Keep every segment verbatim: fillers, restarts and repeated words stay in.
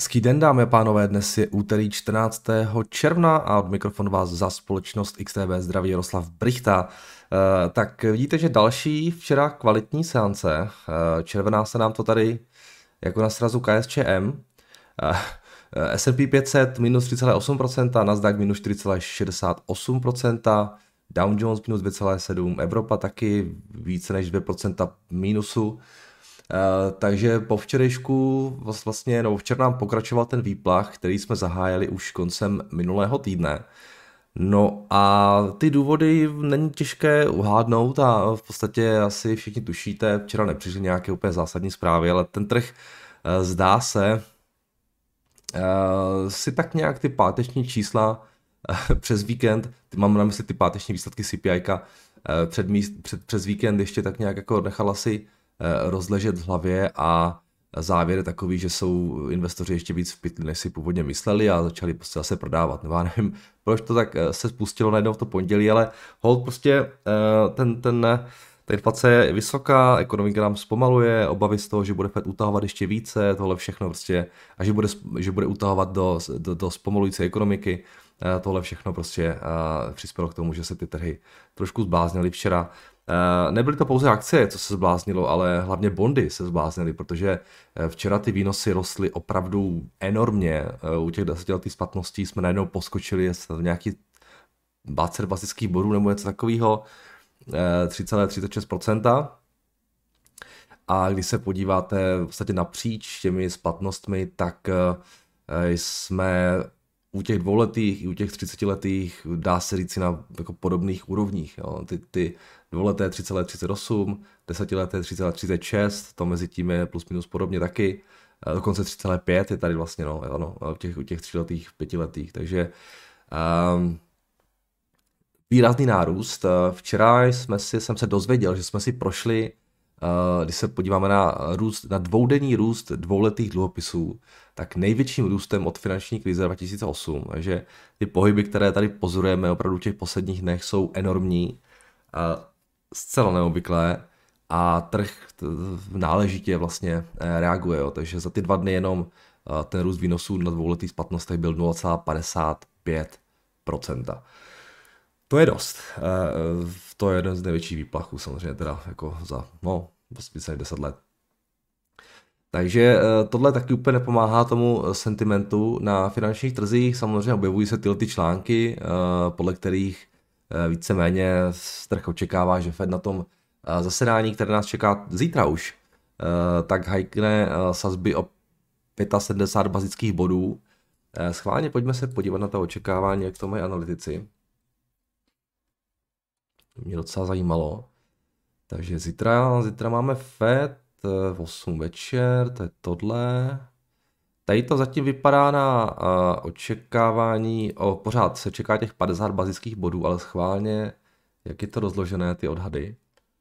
Hezký den, dámy a pánové, dnes je úterý čtrnáctého června a od mikrofonu vás za společnost X T B zdraví Jaroslav Brychta. E, tak vidíte, že další včera kvalitní seance, e, červená se nám to tady jako na srazu K S Č M, e, S and P pět set minus tři celá osm procenta, Nasdaq minus čtyři celá šedesát osm procenta, Dow Jones minus dvě celá sedm procenta, Evropa taky více než dvě procenta mínusu. Uh, takže po včerejšku vlastně, no včera nám pokračoval ten výplach, který jsme zahájili už koncem minulého týdne. No a ty důvody není těžké uhádnout a v podstatě asi všichni tušíte, včera nepřišly nějaké úplně zásadní zprávy, ale ten trh uh, zdá se uh, si tak nějak ty páteční čísla uh, přes víkend, ty mám na mysli ty páteční výsledky C P I ka, uh, před, před, přes víkend ještě tak nějak jako nechala si rozležet v hlavě a závěr je takový, že jsou investoři ještě víc v pytli, než si původně mysleli a začali prostě zase prodávat. Nebo já nevím, proč to tak se spustilo najednou v to pondělí, ale hold prostě ten, ten, ta inflace je vysoká, ekonomika nám zpomaluje, obavy z toho, že bude Fed utahovat ještě více, tohle všechno prostě, a že bude, že bude utahovat do, do, do zpomalující ekonomiky, tohle všechno prostě přispělo k tomu, že se ty trhy trošku zbláznily včera. Nebyly to pouze akcie, co se zbláznilo, ale hlavně bondy se zbláznily, protože včera ty výnosy rostly opravdu enormně. U těch desetiletých splatností jsme najednou poskočili nějaký dvacet bazických bodů nebo něco takového, tři celá třicet šest procenta. A když se podíváte v podstatě napříč těmi splatnostmi, tak jsme u těch dvouletých i u těch třicetiletých dá se říct na jako podobných úrovních. Jo. Ty, ty dvouleté tři celá třicet osm, desetileté tři celá třicet šest, to mezi tím je plus minus podobně taky, dokonce tři celá pět je tady vlastně no, ano, u těch, u těch tříletých, pětiletých, takže um, výrazný nárůst. Včera jsme si, jsem se dozvěděl, že jsme si prošli, uh, když se podíváme na, růst, na dvoudenní růst dvouletých dluhopisů, tak největším růstem od finanční krize dva tisíce osm. Takže ty pohyby, které tady pozorujeme opravdu v těch posledních dnech, jsou enormní, a zcela neobvyklé a trh náležitě vlastně reaguje. Jo. Takže za ty dva dny jenom ten růst výnosů na dvouletých splatnostech byl nula celá padesát pět procenta. To je dost. To je jeden z největších výplachů samozřejmě teda jako za no, více než deset let. Takže tohle taky úplně nepomáhá tomu sentimentu na finančních trzích. Samozřejmě objevují se tyhle ty články, podle kterých víceméně trh očekává, že Fed na tom zasedání, které nás čeká zítra už, tak hajkne sazby o sedmdesát pět bazických bodů. Schválně pojďme se podívat na to očekávání, jak to mají analytici. Mě docela zajímalo. Takže zítra, zítra máme Fed v osm večer, to je tohle. Tady to zatím vypadá na uh, očekávání, o, pořád se čeká těch padesát bazických bodů, ale schválně, jak je to rozložené, ty odhady.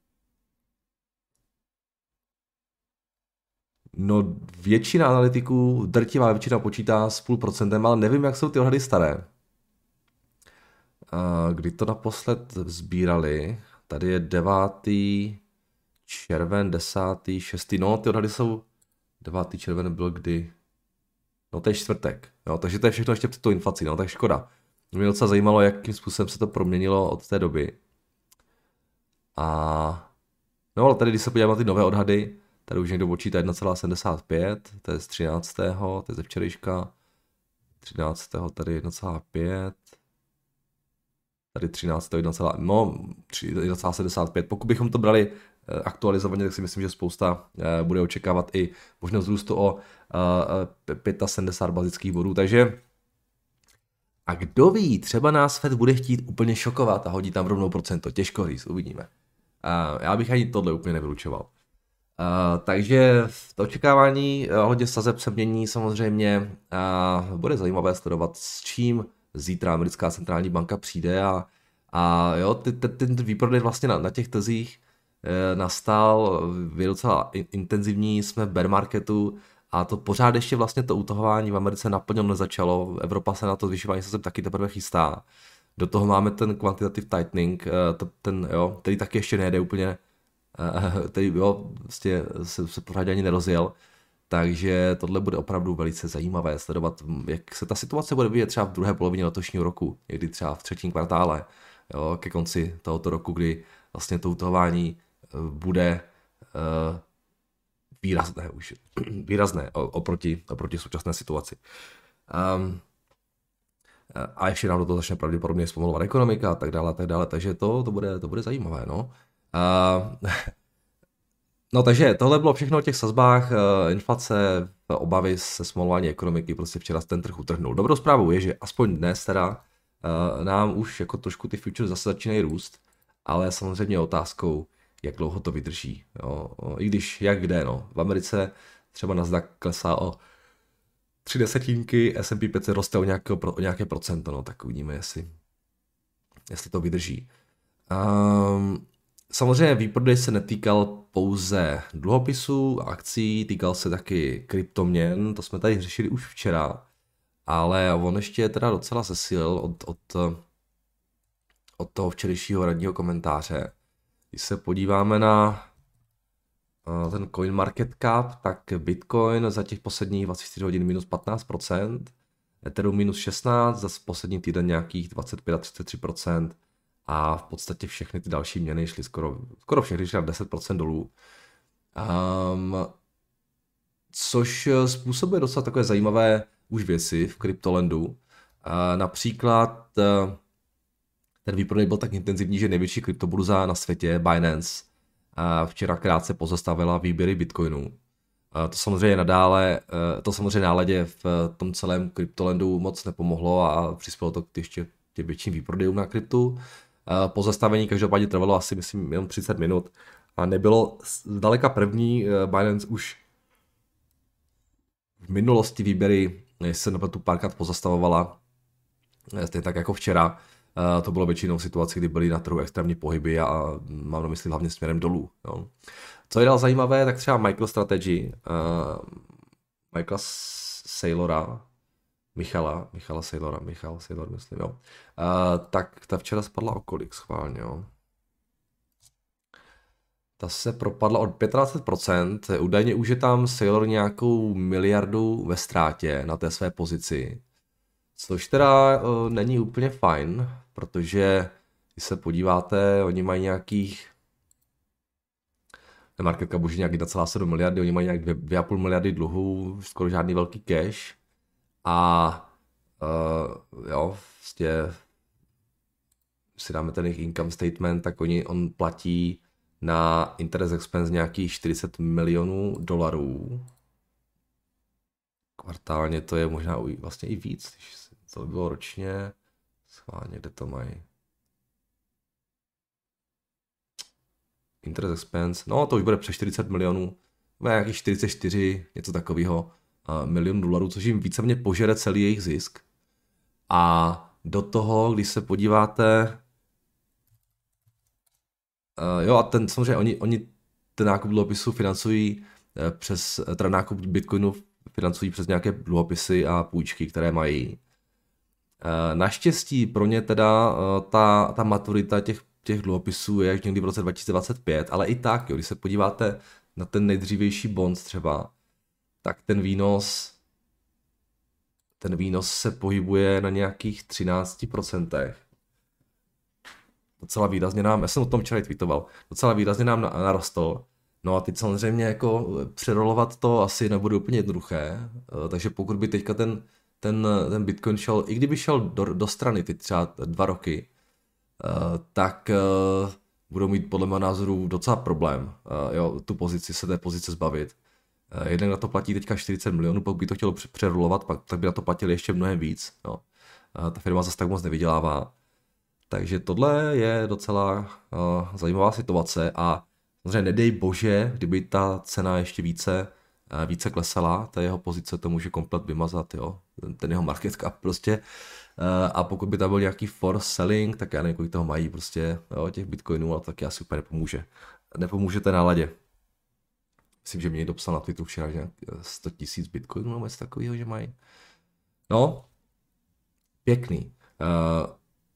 No většina analytiků, drtivá většina počítá s půl procentem, ale nevím, jak jsou ty odhady staré. Uh, kdy to naposled sbírali, tady je devátý červen, desátý šestý no ty odhady jsou, devátý červen byl kdy? No to je čtvrtek, jo, takže to je všechno ještě před tou inflací, no tak škoda. Mě docela zajímalo, jakým způsobem se to proměnilo od té doby. A no ale tady, když se podíváme na ty nové odhady, tady už někdo počítá jedna celá sedmdesát pět, to je z třináctého to je ze včerejška, třináctého tady jedna celá pět, tady třináctého jedna, no jedna celá sedmdesát pět, pokud bychom to brali aktualizovaně, tak si myslím, že spousta bude očekávat i možnost růstu o sedmdesát pět bazických bodů, takže a kdo ví, třeba nás Fed bude chtít úplně šokovat a hodí tam rovnou procento, těžko říct, uvidíme. Já bych ani tohle úplně nevylučoval. Takže to očekávání hodně sazeb se mění samozřejmě, bude zajímavé sledovat, s čím zítra americká centrální banka přijde a, a jo, ten výprodej vlastně na, na těch trzích nastal, je docela intenzivní, jsme v bear marketu a to pořád ještě vlastně to utahování v Americe naplno nezačalo, Evropa se na to zvyšování se taky teprve chystá, do toho máme ten quantitative tightening, ten, jo, který taky ještě nejde úplně, který jo, vlastně se, se pořád ani nerozjel, Takže tohle bude opravdu velice zajímavé sledovat, jak se ta situace bude vyvíjet třeba v druhé polovině letošního roku, někdy třeba v třetím kvartále, jo, ke konci tohoto roku, kdy vlastně to utahování bude uh, výrazné už, výrazné oproti, oproti současné situaci. Um, a ještě nám do toho začne pravděpodobně zpomalovat ekonomika a tak dále, a tak dále, takže to, to, bude, to bude zajímavé, no. Uh, no takže tohle bylo všechno o těch sazbách, uh, inflace, obavy se zpomalování ekonomiky, prostě včera ten trh utrhnul. Dobrou zprávou je, že aspoň dnes teda uh, nám už jako trošku ty futures zase začínají růst, ale samozřejmě otázkou, jak dlouho to vydrží, jo. I když jak kde, no. V Americe třeba Nasdaq klesá o tři desetinky, S and P pět set roste o, nějaké, o nějaké procento, no, tak uvidíme, jestli, jestli to vydrží. Um, samozřejmě výprodej se netýkal pouze dluhopisů, akcí, týkal se taky kryptoměn, to jsme tady řešili už včera, ale on ještě teda docela zesílil od, od, od toho včerejšího radního komentáře. Když se podíváme na ten CoinMarketCap, tak Bitcoin za těch posledních dvacet čtyři hodin minus patnáct procent, Ethereum minus šestnáct procent, za poslední týden nějakých dvacet pět až třicet tři procent a v podstatě všechny ty další měny šly skoro, skoro všechny šly na deset procent dolů. Um, což způsobuje docela takové zajímavé už věci v kryptolandu. Uh, například uh, ten výprodej byl tak intenzivní, že největší kryptoburza na světě, Binance, včera krátce pozastavila výběry bitcoinů. To samozřejmě nadále, to samozřejmě náladě v tom celém kryptolandu moc nepomohlo a přispělo to k ještě těm větším výprodejům na kryptu. Pozastavení každopádně trvalo asi, myslím, jenom třicet minut a nebylo zdaleka první. Binance už v minulosti výběry se na tu párkrát pozastavovala, stejně tak jako včera. Uh, to bylo většinou v situaci, kdy byly na trhu extrémní pohyby a mám na mysli hlavně směrem dolů. Jo. Co je dál zajímavé, tak třeba MicroStrategy, uh, Michaela Saylora, Michala, Michala Saylora, Michal Saylor, myslím, jo. Uh, tak ta včera spadla o kolik schválně, jo. Ta se propadla od dvacet pět procent, údajně už je tam Saylor nějakou miliardu ve ztrátě na té své pozici. Což teda uh, není úplně fajn, protože když se podíváte, oni mají nějakých, na market cap už nějak jedna celá sedm miliardy, oni mají nějak dvě celá pět miliardy dluhů, skoro žádný velký cash a uh, jo, vlastně si dáme ten jejich income statement, tak oni, on platí na interest expense nějakých čtyřicet milionů dolarů. Kvartálně to je možná vlastně i víc, když to by bylo ročně, schválně, kde to mají. Interest expense, no to už bude přes čtyřicet milionů, nějakých čtyřicet čtyři, něco takového, uh, milion dolarů, což jim víceméně požere celý jejich zisk. A do toho, když se podíváte, uh, jo a ten, samozřejmě oni, oni ten nákup dluhopisů financují uh, přes, teda nákup bitcoinu financují přes nějaké dluhopisy a půjčky, které mají. Naštěstí pro ně teda ta, ta maturita těch, těch dluhopisů je až někdy v roce dva tisíce dvacet pět, ale i tak, jo, když se podíváte na ten nejdřívější bond třeba, tak ten výnos ten výnos se pohybuje na nějakých třináct procent. Docela výrazně nám, já jsem o tom včera tweetoval, docela výrazně nám narostl. No a teď samozřejmě jako přerolovat to asi nebude úplně jednoduché, takže pokud by teďka ten Ten, ten Bitcoin šel, i kdyby šel do, do strany teď třeba dva roky, uh, tak uh, budou mít podle mého názoru docela problém, uh, jo, tu pozici, se té pozice zbavit. Uh, jednak na to platí teďka čtyřicet milionů, pokud by to chtělo přerolovat, pak, tak by na to platili ještě mnohem víc. Jo. Uh, ta firma zase tak moc nevydělává. Takže tohle je docela uh, zajímavá situace a samozřejmě nedej bože, kdyby ta cena ještě více více klesala, ta jeho pozice to může komplet vymazat, jo, ten jeho market cap prostě. A pokud by tam byl nějaký force selling, tak já nevím, kolik toho mají prostě, jo, těch bitcoinů, ale tak asi úplně nepomůže. Nepomůže té náladě. Myslím, že mě někdo psal na Twitteru včera, že sto tisíc bitcoinů nebo něco takového, že mají. No, pěkný.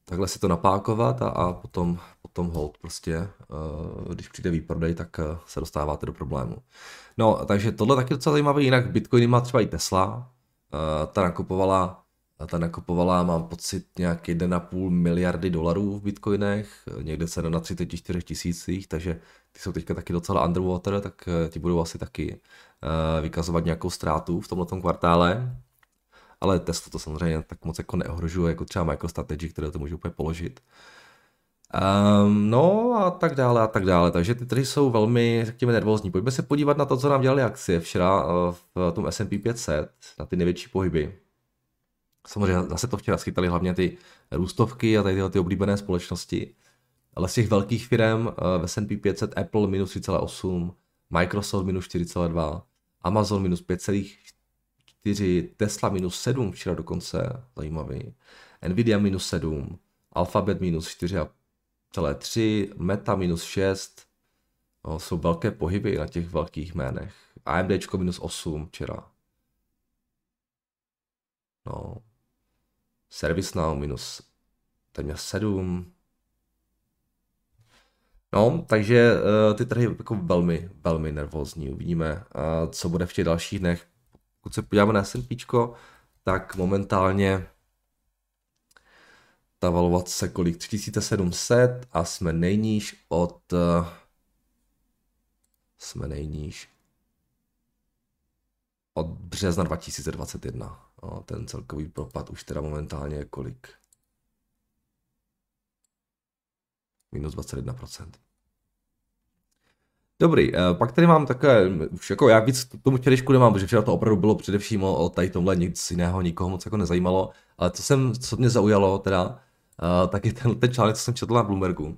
takhle si to napákovat a, a potom, potom hold prostě, uh, když přijde výprodej, tak uh, se dostáváte do problému. No, takže tohle taky docela zajímavé, jinak Bitcoin má třeba i Tesla, uh, ta nakupovala, ta nakupovala, mám pocit, nějak jedna celá pět miliardy dolarů v Bitcoinech, někde se na třicet čtyři tisících, takže ty jsou teďka taky docela underwater, tak uh, ti budou asi taky uh, vykazovat nějakou ztrátu v tomhletom kvartále. Ale Tesla to samozřejmě tak moc jako neohrožuje, jako třeba MicroStrategy, které to můžu úplně položit. Um, no a tak dále a tak dále, takže ty trhy jsou velmi, řekněme, nervózní. Pojďme se podívat na to, co nám dělali akcie včera v tom S and P pět set, na ty největší pohyby. Samozřejmě zase to včera schytali hlavně ty růstovky a tady tyhle ty oblíbené společnosti. Ale z těch velkých firm v S and P pět set Apple minus tři celá osm, Microsoft minus čtyři celá dva, Amazon minus pět celá čtyři, Tesla minus sedm včera dokonce, zajímavý, Nvidia minus sedm, Alphabet minus čtyři celá tři, Meta minus šest, no, jsou velké pohyby na těch velkých jménech. AMDčko minus osm včera. No. ServiceNow minus téměř sedm. No, takže uh, ty trhy jako velmi, velmi nervózní. Uvidíme, uh, co bude v těch dalších dnech. Pokud se podíváme na S and P, tak momentálně ta valuace kolik? tři tisíce sedm set a jsme nejníž od uh, jsme nejníž od března dva tisíce dvacet jedna. No, ten celkový propad už teda momentálně je kolik? Minus dvacet jedna procent. Dobrý, pak tady mám takové, už jako já víc k tomu včerejšku nemám, protože včera to opravdu bylo především o tady tomhle, nic jiného, nikoho moc jako nezajímalo, ale co, jsem, co mě zaujalo teda, tak je ten, ten článek, co jsem četl na Bloombergu,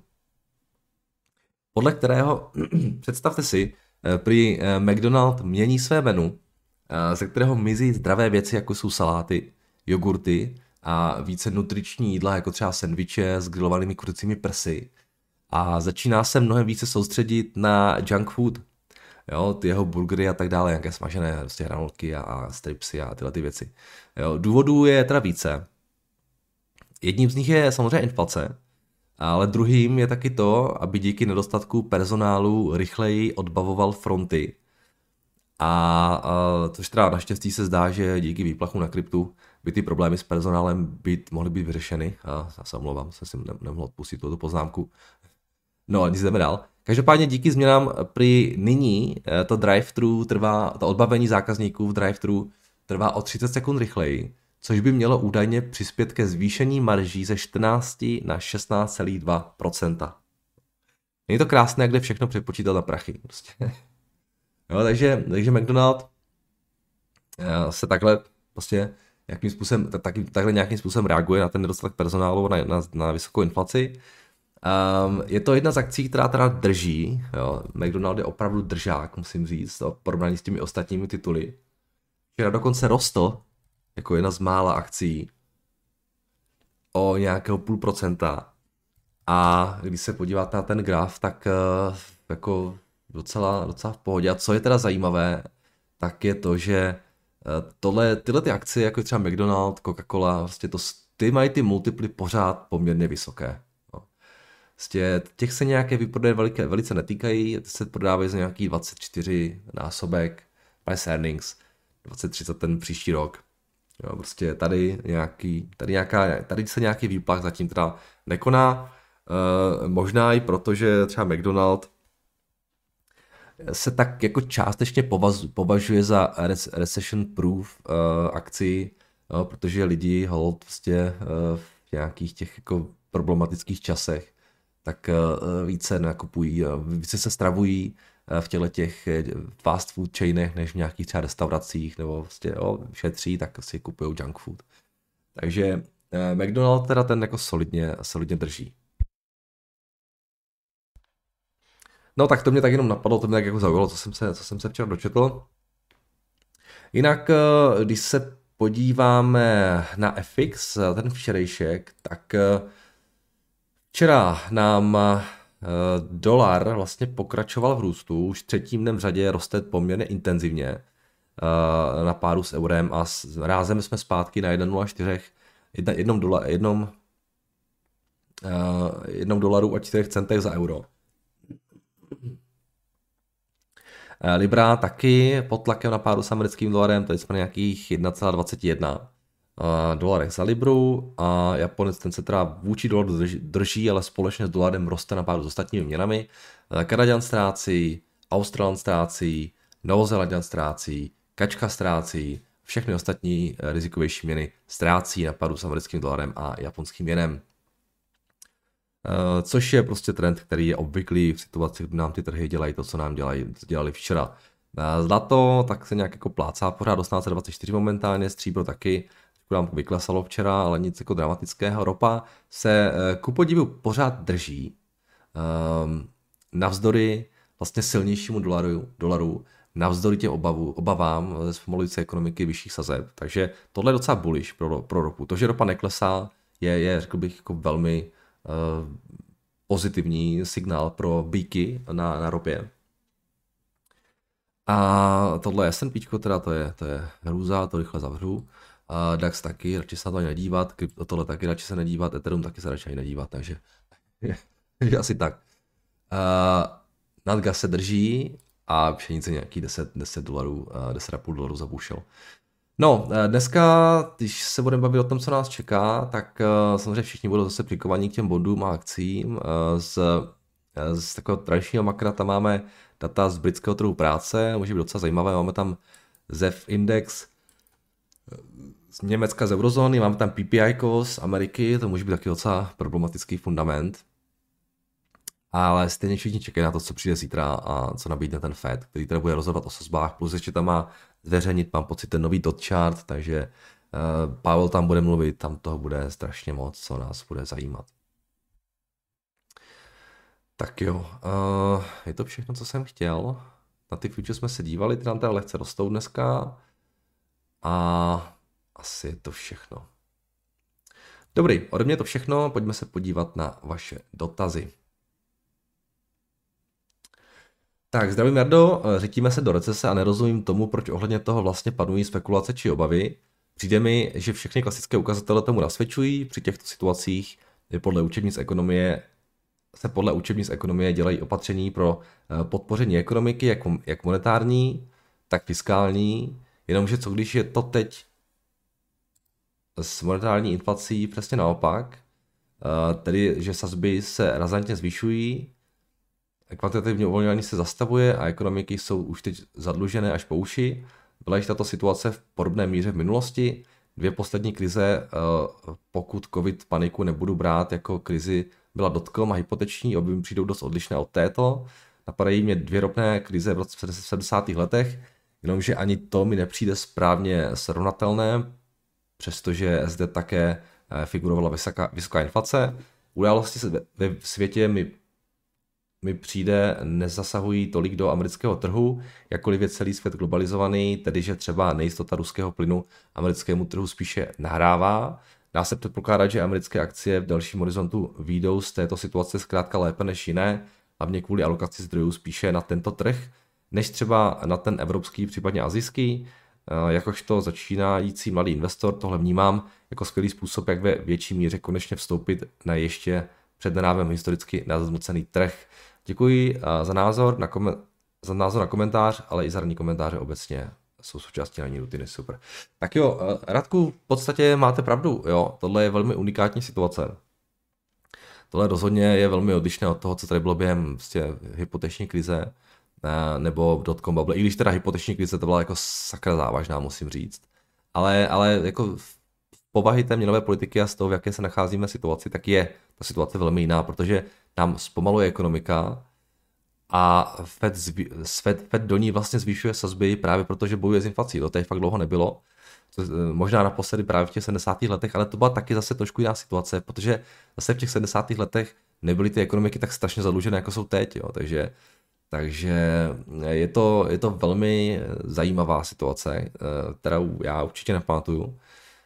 podle kterého, představte si, prý McDonald mění své menu, ze kterého mizí zdravé věci, jako jsou saláty, jogurty a více nutriční jídla, jako třeba sendviče s grilovanými kuřecími prsy. A začíná se mnohem více soustředit na junk food. Jo, ty jeho burgery a tak dále, nějaké smažené prostě hranolky a, a stripsy a tyhle ty věci. Jo, důvodů je teda více. Jedním z nich je samozřejmě inflace, ale druhým je taky to, aby díky nedostatku personálu rychleji odbavoval fronty. A, a což teda naštěstí se zdá, že díky výplachu na kryptu by ty problémy s personálem být, mohly být vyřešeny. A já se omlouvám, jsem si ne, nemohl odpustit tuto poznámku. No a nic jdeme dál. Každopádně díky změnám při nyní to drive-thru trvá, to odbavení zákazníků v drive-thru trvá o třicet sekund rychleji, což by mělo údajně přispět ke zvýšení marží ze čtrnáct na šestnáct celá dva procenta. Není to krásné, kde všechno přepočítat na prachy. Prostě. Jo, takže, takže McDonald se takhle prostě jakým způsobem, tak, takhle nějakým způsobem reaguje na ten nedostatek personálu, na, na, na vysokou inflaci. Um, je to jedna z akcí, která teda drží. Jo. McDonald je opravdu držák, musím říct, v porovnání s těmi ostatními tituly. Včera dokonce rostl jako jedna z mála akcí o nějakého půl procenta. A když se podíváte na ten graf, tak uh, jako docela, docela v pohodě. A co je teda zajímavé, tak je to, že uh, tohle, tyhle ty akcie, jako třeba McDonald, Coca-Cola, vlastně to, ty mají ty multiply pořád poměrně vysoké. Vlastně těch se nějaké výprodeje veliké, velice netýkají, se prodávají za nějaký dvacet čtyři násobek price earnings, dvacet třicet ten příští rok. Jo, prostě tady, nějaký, tady, nějaká, tady se nějaký výplach zatím teda nekoná, e, možná i proto, že třeba McDonald se tak jako částečně povaz, považuje za recession proof e, akci, no, protože lidi hold prostě e, v nějakých těch jako problematických časech tak více nakupují, více se stravují v těchto těch fast food chainech, než v nějakých třeba restauracích, nebo vlastně jo, šetří, tak si kupují junk food. Takže McDonald teda ten jako solidně, solidně drží. No tak to mě tak jenom napadlo, to mě tak jako zaujalo, co jsem se, co jsem se včera dočetl. Jinak, když se podíváme na F X, ten včerejšek, tak včera nám dolar vlastně pokračoval v růstu, už třetím dnem v řadě roste poměrně intenzivně na páru s eurem a rázem jsme zpátky na jedna celá nula čtyři, jednom, dola, jednom, jednou dolaru a čtyřech centech za euro. Libra taky pod tlakem na pádu s americkým dolarem, tady jsme na nějakých jedna celá dvacet jedna dolarech za libru a Japonec ten se teda vůči dolaru drží, ale společně s dolarem roste na pádu s ostatními měnami. Kanaďan ztrácí, Australan ztrácí, Novozélanďan ztrácí, Kačka ztrácí, všechny ostatní rizikovější měny ztrácí na pádu s americkým dolarem a japonským jenem. Což je prostě trend, který je obvyklý v situaci, kdy nám ty trhy dělají to, co nám dělají, dělali včera. Zlato tak se nějak jako plácá pořád osmnáct set dvacet čtyři momentálně, stříbro taky, nám vyklesalo včera, ale nic jako dramatického. Ropa se ku podivu pořád drží, um, navzdory vlastně silnějšímu dolaru, dolaru navzdory těm obavu, obavám ze zpomalující ekonomiky vyšších sazeb. Takže tohle je docela bullish pro, pro ropu. To, že ropa neklesá, je, je řekl bych, jako velmi uh, pozitivní signál pro bíky na, na ropě. A tohle S and P, teda to je, to je hrůza, to rychle zavřu. Uh, DAX taky, radši se na to ani nedívat, krypto tohle taky radši se nedívat, Ethereum taky se radši ani nedívat, takže je asi tak. Uh, Nadgas se drží a pšenice nějaký deset dolarů, deset a půl dolarů za bushel. No, dneska, když se budeme bavit o tom, co nás čeká, tak samozřejmě všichni budou zase přikovaní k těm bondům a akcím. Z, z takového tradičního makra tam máme data z britského trhu práce, může být docela zajímavé, máme tam Z E F index z Německa, z eurozóny, máme tam P P I z Ameriky, to může být taky docela problematický fundament. Ale stejně všichni čekají na to, co přijde zítra a co nabídne ten Fed, který teda bude rozhodovat o sazbách, plus ještě tam má zveřejnit, mám pocit, ten nový dot chart, takže uh, Powell tam bude mluvit, tam toho bude strašně moc, co nás bude zajímat. Tak jo, uh, je to všechno, co jsem chtěl. Na ty future jsme se dívali, ty nám teda lehce rostou dneska a asi je to všechno. Dobrý, ode mě to všechno, pojďme se podívat na vaše dotazy. Tak, zdravím Jardo, řítíme se do recese a nerozumím tomu, proč ohledně toho vlastně panují spekulace či obavy. Přijde mi, že všechny klasické ukazatele tomu nasvědčují, při těchto situacích je podle učebnic ekonomie, se podle učebnic ekonomie dělají opatření pro podpoření ekonomiky, jak, jak monetární, tak fiskální, jenomže co když je to teď s monetární inflací přesně naopak, tedy že sazby se razantně zvyšují, kvantitativní uvolňování se zastavuje a ekonomiky jsou už teď zadlužené až po uši. Byla již tato situace v podobné míře v minulosti. Dvě poslední krize, pokud covid paniku nebudu brát jako krizi, byla dotcom a hypoteční, obě mi přijdou dost odlišné od této. Napadají mě dvě ropné krize v roce sedmdesátých letech, jenomže ani to mi nepřijde správně srovnatelné, přestože zde také figurovala vysoká, vysoká inflace. Události se ve světě mi mi přijde, nezasahují tolik do amerického trhu, jakkoliv je celý svět globalizovaný, tedy že třeba nejistota ruského plynu americkému trhu spíše nahrává. Dá se předpokládat, že americké akcie v dalším horizontu výjdou z této situace zkrátka lépe než jiné, hlavně kvůli alokaci zdrojů spíše na tento trh, než třeba na ten evropský, případně asijský. Jakožto začínající mladý investor tohle vnímám jako skvělý způsob, jak ve větší míře konečně vstoupit na ještě před nedávnem historicky nadhodnocený trh. Děkuji za názor, na kom- za názor na komentář, ale i za ranní komentáře obecně jsou součástí ranní rutiny, super. Tak jo, Radku, v podstatě máte pravdu, jo, tohle je velmi unikátní situace. Tohle rozhodně je velmi odlišné od toho, co tady bylo během vlastně hypoteční krize nebo dotcom bubble, i když teda hypoteční krize to byla jako sakra závažná, musím říct. Ale, ale jako povahy té měnové politiky a z toho, v jaké se nacházíme v situaci, tak je ta situace velmi jiná, protože nám zpomaluje ekonomika a Fed, zvý, Fed, Fed do ní vlastně zvýšuje sazby právě proto, že bojuje s inflací. To tady fakt dlouho nebylo. Možná naposledy právě v těch sedmdesátých letech, ale to byla taky zase trošku jiná situace, protože zase v těch sedmdesátých letech nebyly ty ekonomiky tak strašně zadlužené, jako jsou teď. Jo. Takže, takže je, to, je to velmi zajímavá situace, kterou já určitě nepamatuju.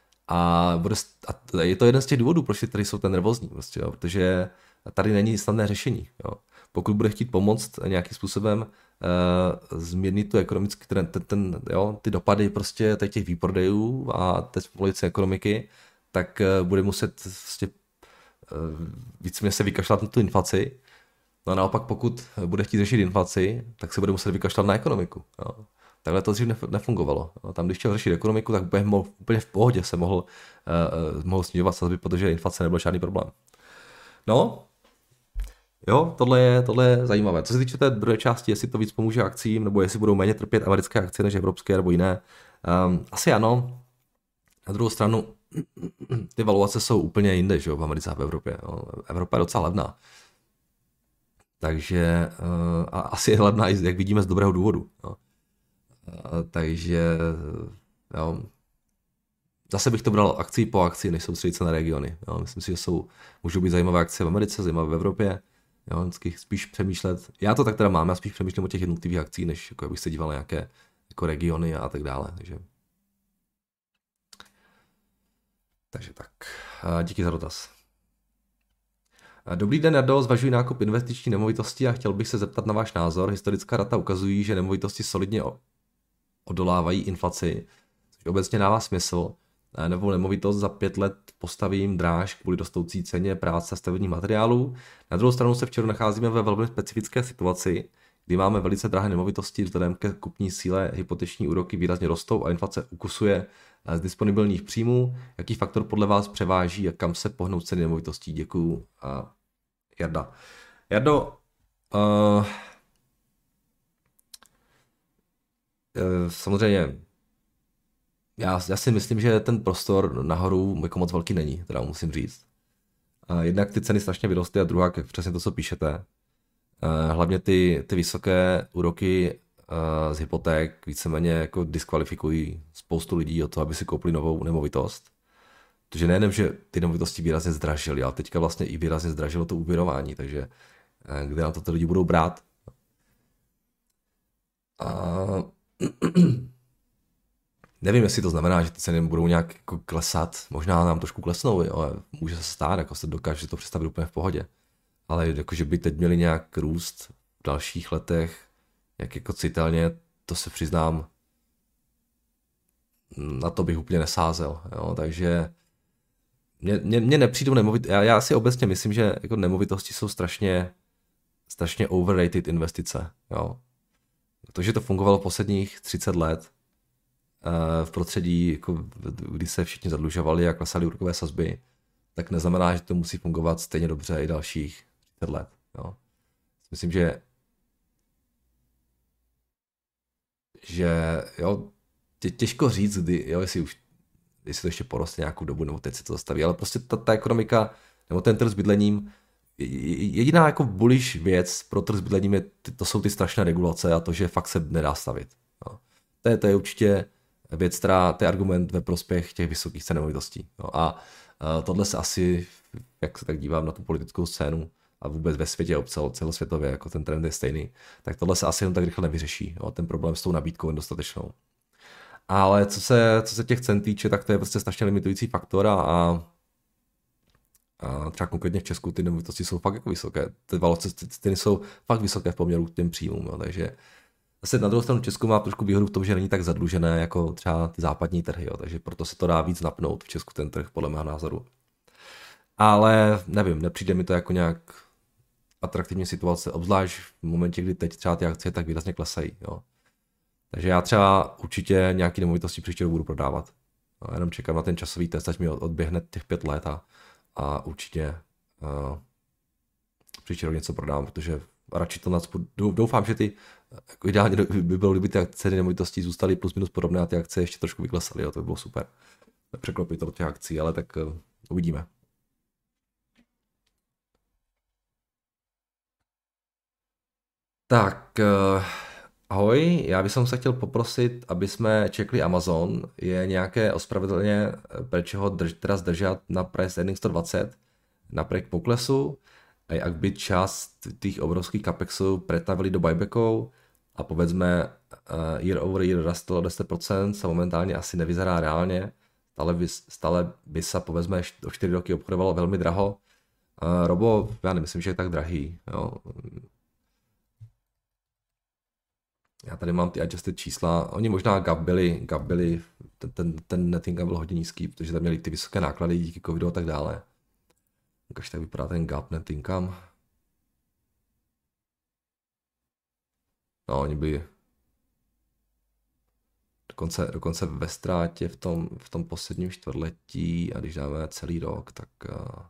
A, bude, a je to jeden z těch důvodů, proč tady jsou ten nervózní, prostě, jo, protože tady není snadné řešení. Jo. Pokud bude chtít pomoct nějakým způsobem uh, zmírnit tu ekonomický ten, ten, ten, jo, ty dopady prostě těch výprodejů a té spolující ekonomiky, tak uh, bude muset prostě víceméně se vykašlat na tu inflaci. No a naopak, pokud bude chtít řešit inflaci, tak se bude muset vykašlat na ekonomiku. Jo. Takhle to dřív nefungovalo. Jo. Tam, když chtěl řešit ekonomiku, tak úplně, mohl, úplně v pohodě se mohl, uh, mohl snižovat sazby, protože inflace nebyl žádný problém. No, jo, tohle je, tohle je zajímavé. Co se týče té druhé části, jestli to víc pomůže akcím, nebo jestli budou méně trpět americké akcie než evropské nebo jiné, um, asi ano. Na druhou stranu, ty valuace jsou úplně jinde, že jo, v Americe a v Evropě. Jo. Evropa je docela levná. Takže uh, a asi je levná, jak vidíme, z dobrého důvodu. Jo. Uh, takže jo, zase bych to bral akcí po akci, než soustředit se na regiony. Jo. Myslím si, že jsou, můžou být zajímavé akcie v Americe, zajímavé v Evropě. Jo, vždycky spíš přemýšlet. Já to tak teda mám, já spíš přemýšlím o těch jednotlivých akcí, než jako bych se díval na nějaké jako regiony a tak dále. Takže, takže tak. Uh, díky za dotaz. Dobrý den, Jardo, zvažuji nákup investiční nemovitosti a chtěl bych se zeptat na váš názor. Historická data ukazují, že nemovitosti solidně odolávají inflaci, což obecně dává smysl. Nebo nemovitost za pět let postavím dráž kvůli rostoucí ceně práce a stavebních materiálů. Na druhou stranu se včera nacházíme ve velmi specifické situaci, kdy máme velice drahé nemovitosti, vzhledem ke kupní síle hypoteční úroky výrazně rostou a inflace ukusuje z disponibilních příjmů. Jaký faktor podle vás převáží a kam se pohnou ceny nemovitostí? Děkuju. A Jarda. Jardo, uh, samozřejmě, já, já si myslím, že ten prostor nahoru jako moc velký není, teda musím říct. Uh, jednak ty ceny strašně vyrostly a druhá, přesně to, co píšete. Uh, hlavně ty, ty vysoké úroky z hypoték víceméně jako diskvalifikují spoustu lidí od toho, aby si koupili novou nemovitost. Protože nejenom, že ty nemovitosti výrazně zdražily, ale teďka vlastně i výrazně zdražilo to úvěrování, takže kde na to ty lidi budou brát? A... Nevím, jestli to znamená, že ty ceny budou nějak jako klesat, možná nám trošku klesnou, ale může se stát, jako se dokáže to představit úplně v pohodě. Ale jakože by teď měli nějak růst v dalších letech, jak jako citelně, to se přiznám, na to bych úplně nesázel, jo, takže mně, mně, mně nepřijdou nemovitosti, já, já si obecně myslím, že jako nemovitosti jsou strašně, strašně overrated investice, jo. To, že to fungovalo posledních třicet let v prostředí, jako, kdy se všichni zadlužovali a klesaly úrokové sazby, tak neznamená, že to musí fungovat stejně dobře i dalších třicet let, jo. Myslím, že že jo, tě, těžko říct, kdy, jo, jestli už jestli to ještě poroste nějakou dobu, nebo teď se to zastaví, ale prostě ta, ta ekonomika, nebo ten trh s bydlením, jediná jako bullish věc pro trh s bydlením je, to jsou ty strašné regulace a to, že fakt se nedá stavit. Jo. To, je, to je určitě věc, která, to je argument ve prospěch těch vysokých cen nemovitostí. Jo. A, a tohle se asi, jak se tak dívám na tu politickou scénu, a vůbec ve světě, celosvětově, jako ten trend je stejný, tak tohle se asi jen tak rychle nevyřeší. Jo, ten problém s tou nabídkou je dostatečnou. Ale co se, co se těch cen týče, tak to je prostě strašně limitující faktor a, a třeba konkrétně v Česku ty nemovitosti jsou fakt jako vysoké. Ty valorizace ceny jsou fakt vysoké v poměru k těm příjmům. Jo, takže zase na druhou stranu Česku má trošku výhodu v tom, že není tak zadlužené jako třeba ty západní trhy. Jo, takže proto se to dá víc napnout v Česku ten trh, podle mého názoru. Ale nevím, nepřijde mi to jako nějak atraktivní situace, obzvlášť v momentě, kdy teď třeba ty akcie tak výrazně klesají. Jo. Takže já třeba určitě nějaký nemovitosti příště budu prodávat. No, jenom čekám na ten časový test, ať mi odběhne těch pět let a, a určitě uh, příště rok něco prodám, protože radši to nacpu. Doufám, že ty, jako ideálně by bylo, kdyby ty ceny nemovitostí zůstaly plus minus podobné a ty akcie ještě trošku vyklesaly, jo, to by bylo super. Překlopit to do těch akcí, ale tak uh, uvidíme. Tak, uh, ahoj, já bych se chtěl poprosit, aby jsme čekli Amazon. Je nějaké ospravedlně, proč ho drž, teda zdržet na price earnings sto dvacet, napriek poklesu, a jak by část těch obrovských capexů pretavili do buybacků a povedzme uh, year over year rostl o deset procent, se momentálně asi nevyzerá reálně, stále by, stále by se povedzme o čtyři roky obchodovalo velmi draho. Uh, Robo, já nemyslím, že je tak drahý, jo. Já tady mám ty adjusted čísla, oni možná gap byli, gap byli ten, ten, ten net income byl hodně nízký, protože tam měli ty vysoké náklady díky covidu a tak dále. Ukaž, tak vypadá ten gap net income. No, oni byli dokonce, dokonce ve ztrátě v tom, v tom posledním čtvrtletí a když dáme celý rok, tak uh,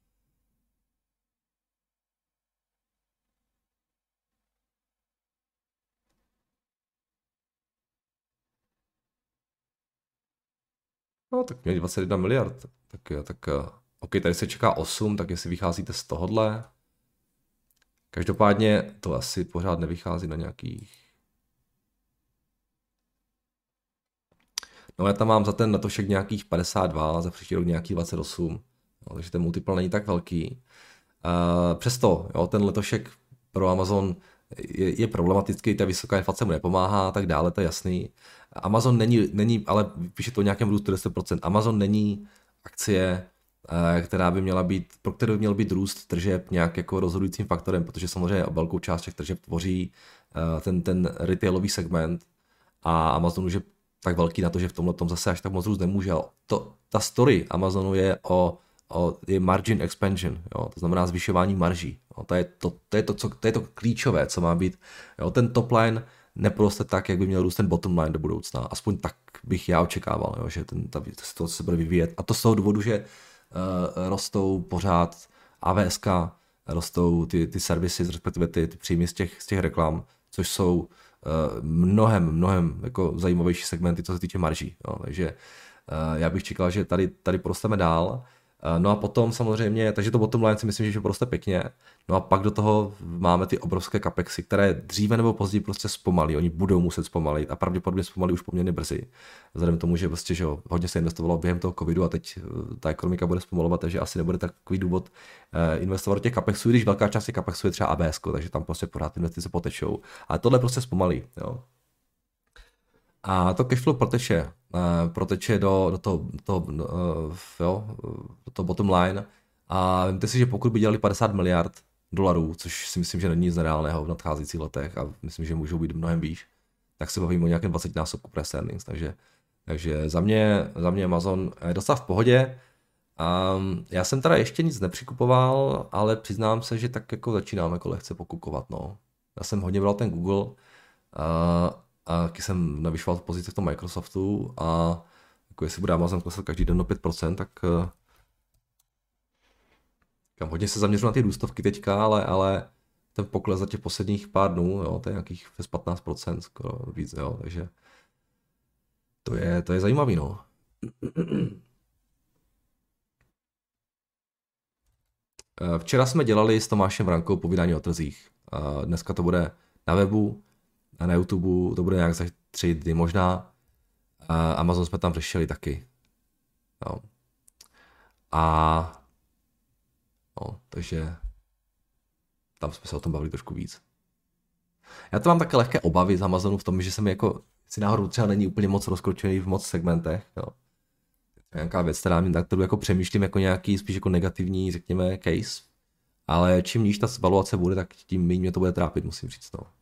no, tak měli dvacet jedna miliard. Tak jo, tak uh, OK, tady se čeká osm, tak jestli vycházíte z tohohle. Každopádně to asi pořád nevychází na nějakých. No já tam mám za ten letošek nějakých padesát dva, za příští rok nějakých dvacet osm, no, takže ten multiple není tak velký. Uh, přesto, jo, ten letošek pro Amazon je, je problematický, ta vysoká inflace mu nepomáhá a tak dále, to je jasný. Amazon není, není ale píše to o nějakém růstu deset procent. Amazon není akcie, uh, která by měla být, pro kterou by měl být růst tržeb nějak jako rozhodujícím faktorem, protože samozřejmě velkou část těch tržeb tvoří uh, ten, ten retailový segment a Amazon už je tak velký na to, že v tomhle tom zase až tak moc růst nemůže. To, ta story Amazonu je o, o je margin expansion, jo? To znamená zvyšování marží. Jo? To, je to, to, je to, co, to je to klíčové, co má být. Jo? Ten top line neporoste tak, jak by měl růst ten bottom line do budoucna. Aspoň tak bych já očekával, jo? Že ten, ta, to se bude vyvíjet. A to z toho důvodu, že uh, rostou pořád A W S, rostou ty, ty servisy, respektive ty, ty příjmy z těch, z těch reklam, což jsou mnohem, mnohem jako zajímavější segmenty, co se týče marží. Jo. Takže já bych čekal, že tady, tady porosteme dál. No a potom samozřejmě, takže to bottom line si myslím, že poroste pěkně. No a pak do toho máme ty obrovské capexy, které dříve nebo později prostě zpomalí. Oni budou muset zpomalit a pravděpodobně zpomalí už poměrně brzy. Vzhledem k tomu, že prostě, že jo, hodně se investovalo během toho covidu a teď ta ekonomika bude zpomalovat, takže asi nebude takový důvod investovat do těch capexů, když velká část těch capexů je třeba A B S, takže tam prostě pořád investice potečou. Ale tohle prostě zpomalí. Jo. A to cashflow proteče, proteče do, do toho, do toho, jo, do toho bottom line. A vemte si, že pokud by dělali padesát miliard dolarů, což si myslím, že není nic nereálného v nadcházejících letech a myslím, že můžou být mnohem výš, tak se bavíme o nějakém dvacet násobku price earnings. Takže, takže za mě, za mě Amazon je docela v pohodě. Um, já jsem teda ještě nic nepřikupoval, ale přiznám se, že tak jako začínám jako lehce pokukovat. No. Já jsem hodně bral ten Google, uh, a taky jsem navyšoval pozici v tom Microsoftu a jako jestli bude Amazon klesat každý den o pět procent, tak kam hodně se zaměřuji na ty růstovky teďka, ale, ale ten pokles za těch posledních pár dnů, jo, to je nějakých přes patnáct procent, skoro víc, jo, takže to je, to je zajímavý, no. Včera jsme dělali s Tomášem Vrankou povídání o trzích. Dneska to bude na webu, a na YouTube to bude nějak za tři dny možná. A Amazon jsme tam řešili taky. Jo. A no, takže tam jsme se o tom bavili trošku víc. Já to mám také lehké obavy z Amazonu v tom, že jsem jako si náhodou třeba není úplně moc rozkročený v moc segmentech. Jo. To je nějaká věc, která mě tak jako přemýšlím jako nějaký spíš jako negativní, řekněme, case. Ale čím níž ta valuace bude, tak tím méně mě to bude trápit, musím říct. No.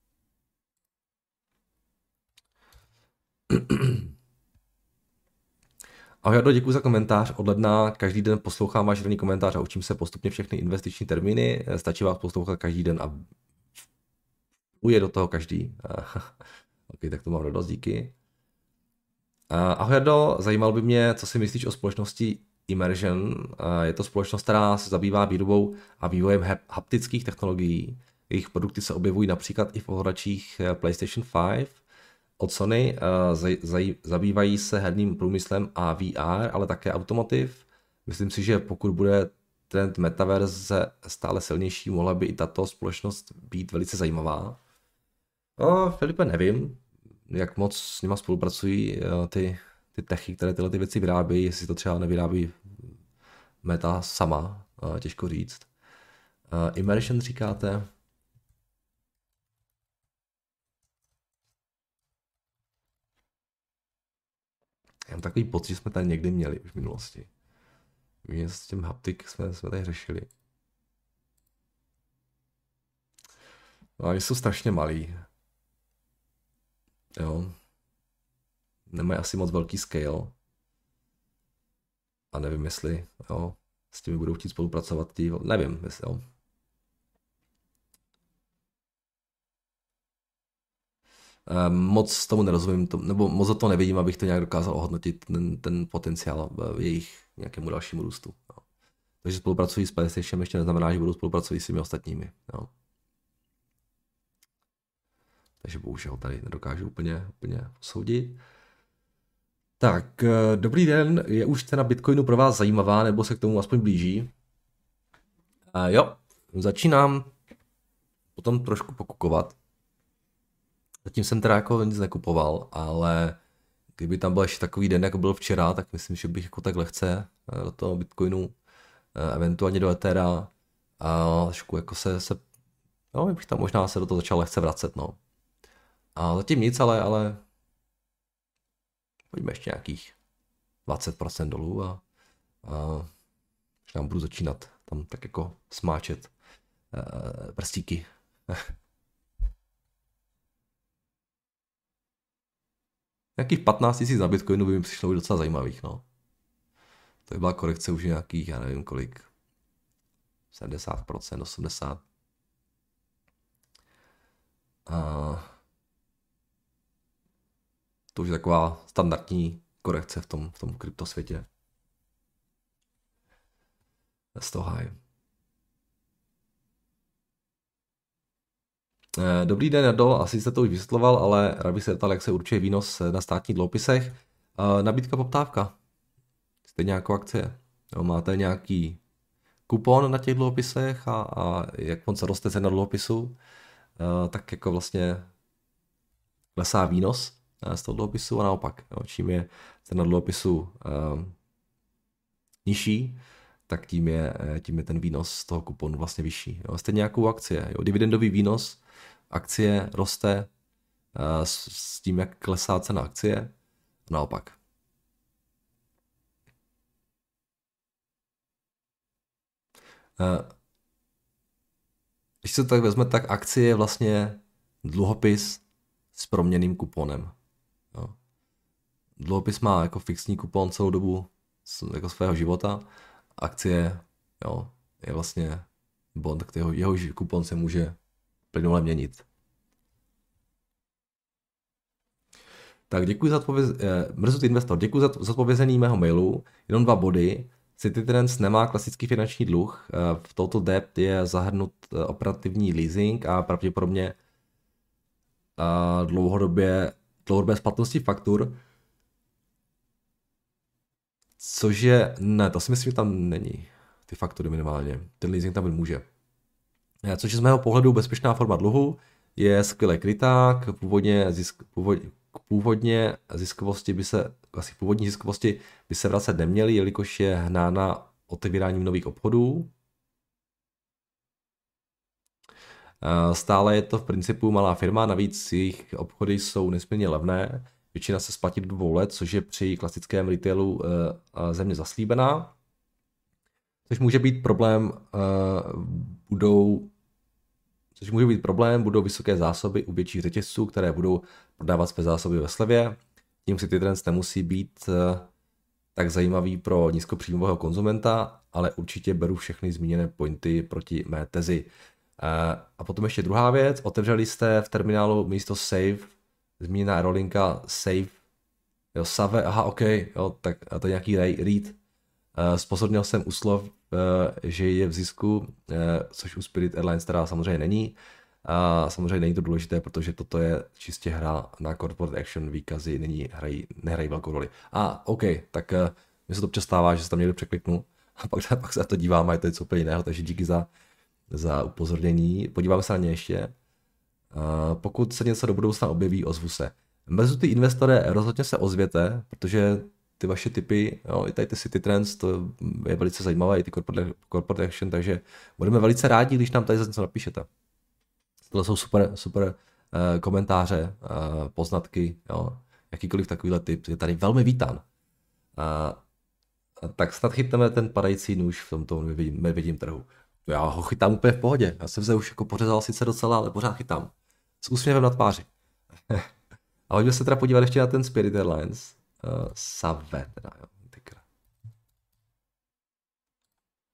Ahoj Jardo, děkuji za komentář. Od ledna každý den poslouchám váš denní komentář a učím se postupně všechny investiční termíny. Stačí vás poslouchat každý den a uje do toho každý. Ok, tak to mám radost, díky. Ahoj Jardo, zajímal by mě, co si myslíš o společnosti Immersion. Je to společnost, která se zabývá výrobou a vývojem haptických technologií. Jejich produkty se objevují například i v ovladačích PlayStation pět. Od Sony uh, zabývají se herním průmyslem a V R, ale také automotiv. Myslím si, že pokud bude trend metaverze stále silnější, mohla by i tato společnost být velice zajímavá. No, Filipe, nevím, jak moc s nima spolupracují uh, ty, ty techy, které tyhle ty věci vyrábí, jestli to třeba nevyrábí Meta sama, uh, těžko říct. Uh, Immersion říkáte? Já mám takový pocit, že jsme tady někdy měli už v minulosti. Víš, s tím haptik jsme, jsme tady řešili. No, oni jsou strašně malí. Jo. Nemají asi moc velký scale. A nevím, jestli jo, s těmi budou chtít spolupracovat tí, nevím, jestli jo. Moc tomu nerozumím, nebo moc to nevidím, abych to nějak dokázal ohodnotit, ten, ten potenciál v jejich nějakému dalšímu růstu. Jo. Takže spolupracují s PlayStation ještě neznamená, že budou spolupracovat s těmi ostatními. Jo. Takže bohužel tady nedokážu úplně, úplně posoudit. Tak, dobrý den, je už cena Bitcoinu pro vás zajímavá, nebo se k tomu aspoň blíží? A jo, začínám potom trošku pokukovat. Zatím jsem teda jako nic nekupoval, ale kdyby tam byl ještě takový den, jako byl včera, tak myslím, že bych jako tak lehce do toho Bitcoinu, eventuálně do Ethera a trošku jako se, se no, bych tam možná se do toho začal lehce vracet, no. A zatím nic, ale, ale pojďme ještě nějakých dvacet procent dolů a, a možná budu začínat tam tak jako smáčet uh, prstíky. Nějakých patnáct tisíc na Bitcoinu by mi přišlo být docela zajímavých, no. To by byla korekce už nějakých, já nevím kolik, sedmdesát procent, osmdesát procent. A to už je taková standardní korekce v tom, v tom kryptosvětě. Z toho high. Dobrý den, Jardo, asi jste to už vysvětloval, ale rád bych se zeptal, jak se určuje výnos na státních dluhopisech. Nabídka, poptávka. Stejně jako akcie. Jo, máte nějaký kupon na těch dluhopisech a, a jak on se roste cena dluhopisu, tak jako vlastně klesá výnos z toho dluhopisu a naopak. Jo, čím je cena dluhopisu um, nižší, tak tím je, tím je ten výnos z toho kuponu vlastně vyšší. Jo, stejně jako akcie. Jo, dividendový výnos akcie roste uh, s, s tím, jak klesá cena akcie, naopak. Uh, když se to tak vezme, tak akcie je vlastně dluhopis s proměnným kuponem. Jo. Dluhopis má jako fixní kupon celou dobu jako svého života. Akcie jo, je vlastně bond, kterého jeho kupon se může plynule měnit. Tak děkuji za odpověz... Eh, mrzutý investor, děkuji za zodpovězení mého mailu. Jenom dva body. Cititrends nemá klasický finanční dluh. Eh, v total debt je zahrnut eh, operativní leasing a pravděpodobně eh, dlouhodobě, dlouhodobé splatnosti faktur. Což je, ne, to si myslím, že tam není. Ty faktury minimálně. Ten leasing tam může. Eh, což je z mého pohledu bezpečná forma dluhu. Je skvěle krytá, k původně, zisk, původ, k původně ziskovosti by se, asi původní ziskovosti by se vracet neměly, jelikož je hnána otevíráním nových obchodů. Stále je to v principu malá firma, navíc jejich obchody jsou nesmírně levné. Většina se splatí do dvou let, což je při klasickém retailu země zaslíbená. Což může být problém, budou Což může být problém, budou vysoké zásoby u větších řetězců, které budou prodávat své zásoby ve slevě. Tím Cititrends nemusí být tak zajímavý pro nízkopříjmového konzumenta, ale určitě beru všechny zmíněné pointy proti mé tezi. A potom ještě druhá věc, otevřeli jste v terminálu místo save, zmíněná aerolinka save, jo, save, aha, ok, jo, tak a to je nějaký read. Spozornil jsem u slov, že je v zisku, což u Spirit Airlines teda samozřejmě není. A samozřejmě není to důležité, protože toto je čistě hra na corporate action, výkazy není, hrají, nehrají velkou roli. A OK, tak mi se to občas stává, že se tam někde překliknu a pak, pak se na to dívám a je to něco úplně jiného, takže díky za, za upozornění. Podíváme se na ně ještě. A pokud se něco do budoucna objeví, ozvu se. Mrzutý investore, rozhodně se ozvěte, protože ty vaše typy, jo, i tady ty Cititrends, to je velice zajímavé, i ty corporate, corporate action, takže budeme velice rádi, když nám tady něco napíšete. Tohle jsou super, super uh, komentáře, uh, poznatky, jo, jakýkoliv takovýhle typ je tady velmi vítán. Uh, tak snad chytneme ten padající nůž v tomto medvědím trhu. Já ho chytám úplně v pohodě, já jsem se už jako pořezal sice docela, ale pořád chytám. S úsměvem na tváři. A pojďme se teda podívat ještě na ten Spirit Airlines. Uh, Save, teda, jo,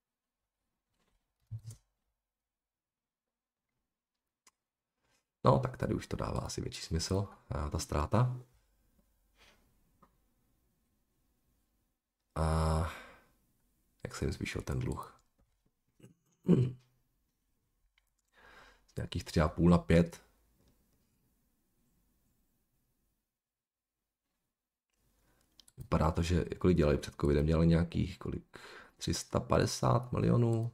No, tak tady už to dává asi větší smysl, a ta ztráta. A jak se jim zvýšil ten dluh? Hmm. Z nějakých tři a půl na pět. Vypadá to, že kolik dělali před covidem, dělali nějakých kolik tři sta padesát milionů.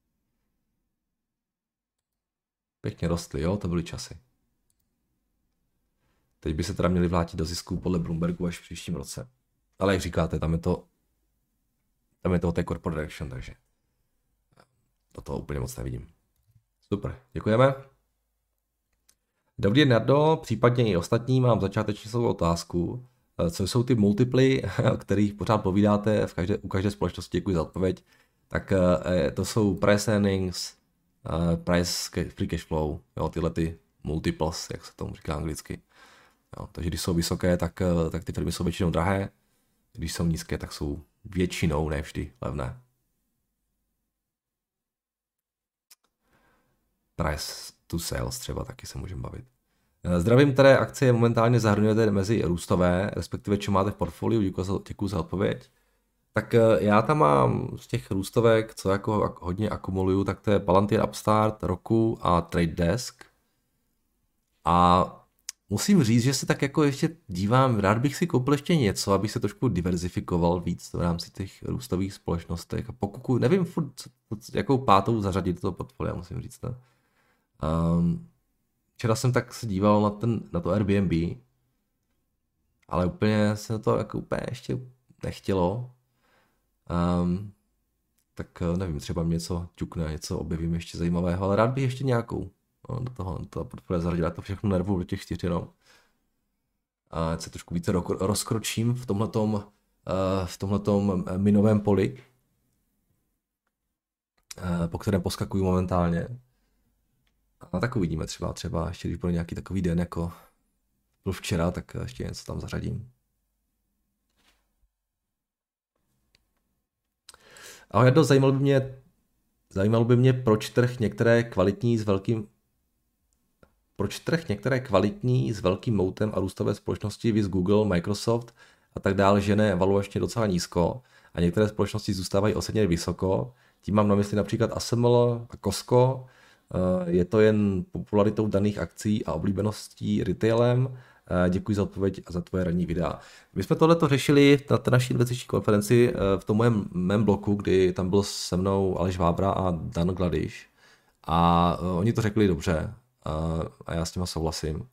Pěkně rostly, jo, to byly časy. Teď by se teda měli vrátit do zisku podle Bloombergu až v příštím roce. Ale jak říkáte, tam je to tam je to té corporate action, takže do toho úplně moc nevidím. Super, děkujeme. Dobrý den, Nardo, případně i ostatní, mám začáteční svou otázku. Co jsou ty multiply, o kterých pořád povídáte v každé, u každé společnosti, děkuji za odpověď. Tak to jsou price earnings, price free cash flow, jo, tyhle ty multiples, jak se tomu říká anglicky. Jo, takže když jsou vysoké, tak, tak ty firmy jsou většinou drahé, když jsou nízké, tak jsou většinou, ne vždy, levné. Price to sales třeba taky se můžeme bavit. Zdravím, které akcie momentálně zahrnujete mezi růstové, respektive čo máte v portfoliu, děkuji, děkuji za odpověď. Tak já tam mám z těch růstovek, co jako hodně akumuluju, tak to je Palantir, Upstart, Roku a Trade Desk. A musím říct, že se tak jako ještě dívám, rád bych si koupil ještě něco, abych se trošku diverzifikoval víc v rámci těch růstových společností. A pokud, nevím furt, jakou pátou zařadit do toho portfolia, musím říct. Ne? Um, včera jsem tak se díval na, ten, na to Airbnb, ale úplně se to jako úplně ještě nechtělo. Um, tak nevím, třeba mě něco ťukne, něco objevím ještě zajímavého, ale rád bych ještě nějakou no, do toho, do toho portfolia zaradil, to všechno nervu do těch čtyř jenom. A ať se trošku více rozkročím v tomhletom, uh, v tomhletom minovém poli, uh, po kterém poskakuju momentálně. A tak uvidíme třeba, třeba ještě když bude nějaký takový den, jako byl včera, tak ještě něco tam zařadím. Ahoj, Jardo, zajímalo by mě, zajímalo by mě, proč trh některé kvalitní s velkým proč trh některé kvalitní s velkým moutem a růstové společnosti, viz Google, Microsoft a tak dále, žene valuačně docela nízko a některé společnosti zůstávají osedně vysoko. Tím mám na mysli například A S M L a Costco. Je to jen popularitou daných akcí a oblíbeností retailem. Děkuji za odpověď a za tvoje ranní videa. My jsme tohleto řešili na té naší investiční konferenci v tom mém, mém bloku, kdy tam byl se mnou Aleš Vábra a Dan Gladiš. A oni to řekli dobře. A já s těma souhlasím.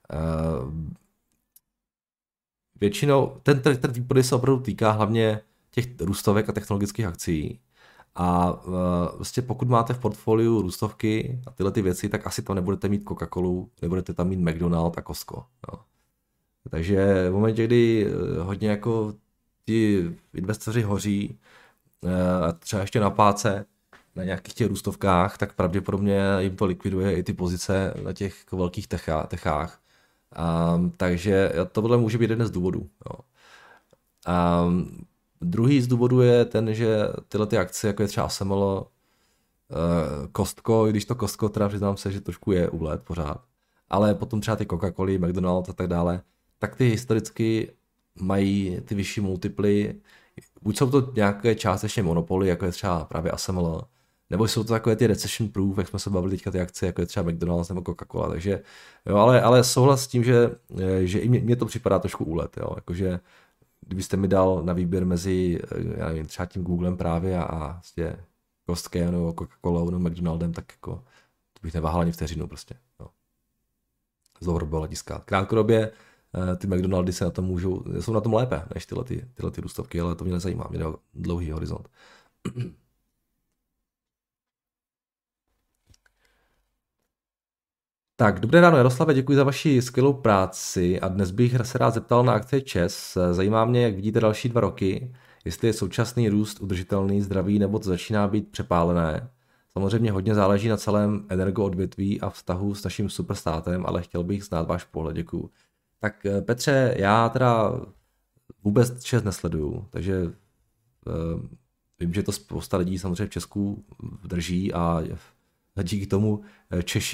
Většinou ten, ten, ten výpady se opravdu týká hlavně těch růstovek a technologických akcí. A vlastně pokud máte v portfoliu růstovky a tyhle ty věci, tak asi tam nebudete mít Coca-Colu, nebudete tam mít McDonald a Costco. Jo. Takže v momentě, kdy hodně jako ti investoři hoří a třeba ještě na páce, na nějakých těch růstovkách, tak pravděpodobně jim to likviduje i ty pozice na těch velkých techá, techách. Um, takže tohle může být jeden z důvodů. Jo. Um, druhý z důvodů je ten, že tyhle ty akcie, jako je třeba A S M L, uh, Costco, i když to Costco teda přiznám se, že trošku je úlet pořád, ale potom třeba ty Coca-Coly, McDonald's a tak dále, tak ty historicky mají ty vyšší multiply, buď jsou to nějaké částečně monopoly, jako je třeba právě A S M L, nebo jsou to takové ty recession proof, jak jsme se bavili teďka ty akcie, jako je třeba McDonald's nebo Coca-Cola, takže jo, ale, ale souhlas s tím, že, že i mně to připadá trošku úlet, jo, jakože kdybyste mi dal na výběr mezi, já nevím, třeba tím Googlem právě a, a vlastně Costkem nebo Coca-Colou nebo McDonaldem, tak jako to bych neváhal ani vteřinu prostě, jo. Z dlouhodobého hlediska. Krátkodobě ty McDonaldy se na tom můžou, jsou na tom lépe než tyhle, ty, tyhle ty růstovky, ale to mě nezajímá, mě jde o dlouhý horizont. Tak, dobré ráno Jaroslave, děkuji za vaši skvělou práci a dnes bych se rád zeptal na akcie ČES. Zajímá mě, jak vidíte další dva roky, jestli je současný růst udržitelný, zdravý nebo to začíná být přepálené. Samozřejmě hodně záleží na celém energoodvětví a vztahu s naším superstátem, ale chtěl bych znát váš pohled, děkuji. Tak Petře, já teda vůbec ČES nesleduju, takže uh, vím, že to spousta lidí samozřejmě v Česku drží a díky tomu Češi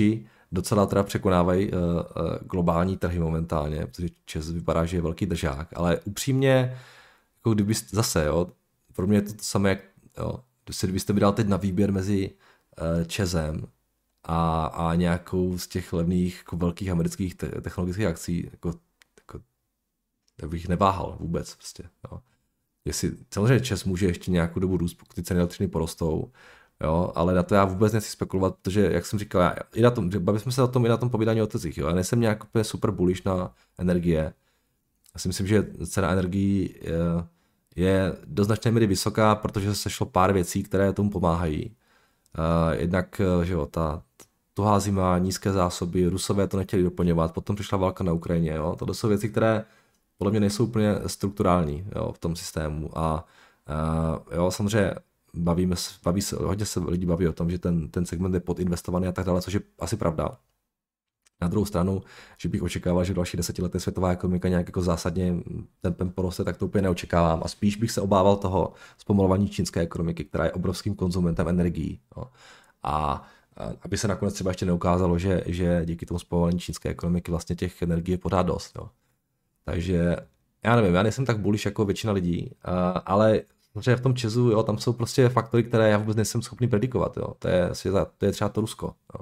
docela teda překonávají uh, uh, globální trhy momentálně, protože ČEZ vypadá, že je velký držák, ale upřímně, jako kdyby zase, jo, pro mě je to, to samé, jak, jo, kdybyste mi dal teď na výběr mezi uh, ČEZem a, a nějakou z těch levných jako velkých amerických te- technologických akcí, jako, jako, tak bych neváhal vůbec prostě, jo. Jestli, samozřejmě ČEZ může ještě nějakou dobu růst, pokud ty ceny elektřiny porostou, jo, ale na to já vůbec nechci spekulovat, protože, jak jsem říkal, já, i na tom, bavili jsme se o tom i na tom povídání o trzích, jo, já nejsem nějak úplně super bullish na energie. Já si myslím, že cena energií je, je do značné míry vysoká, protože se šlo pár věcí, které tomu pomáhají. Uh, jednak, že jo, ta tuhá zima, nízké zásoby, Rusové to nechtěli doplňovat, potom přišla válka na Ukrajině, jo, to jsou věci, které podle mě nejsou úplně strukturální, jo, v tom systému a uh, jo, samozřejmě bavíme se, baví se, hodně se lidi baví o tom, že ten, ten segment je podinvestovaný a tak dále, což je asi pravda. Na druhou stranu, že bych očekával, že v další desetiletí světová ekonomika nějak jako zásadně tempem poroste, tak to úplně neočekávám. A spíš bych se obával toho zpomalování čínské ekonomiky, která je obrovským konzumentem energií. No. A aby se nakonec třeba ještě neukázalo, že, že díky tomu zpomalování čínské ekonomiky vlastně těch energií je pořád dost. Jo. Takže já nevím, já nejsem tak bullish jako většina lidí, ale v tom ČEZu, jo, tam jsou prostě faktory, které já vůbec nejsem schopný predikovat. Jo. To, je, to je třeba to Rusko. Jo.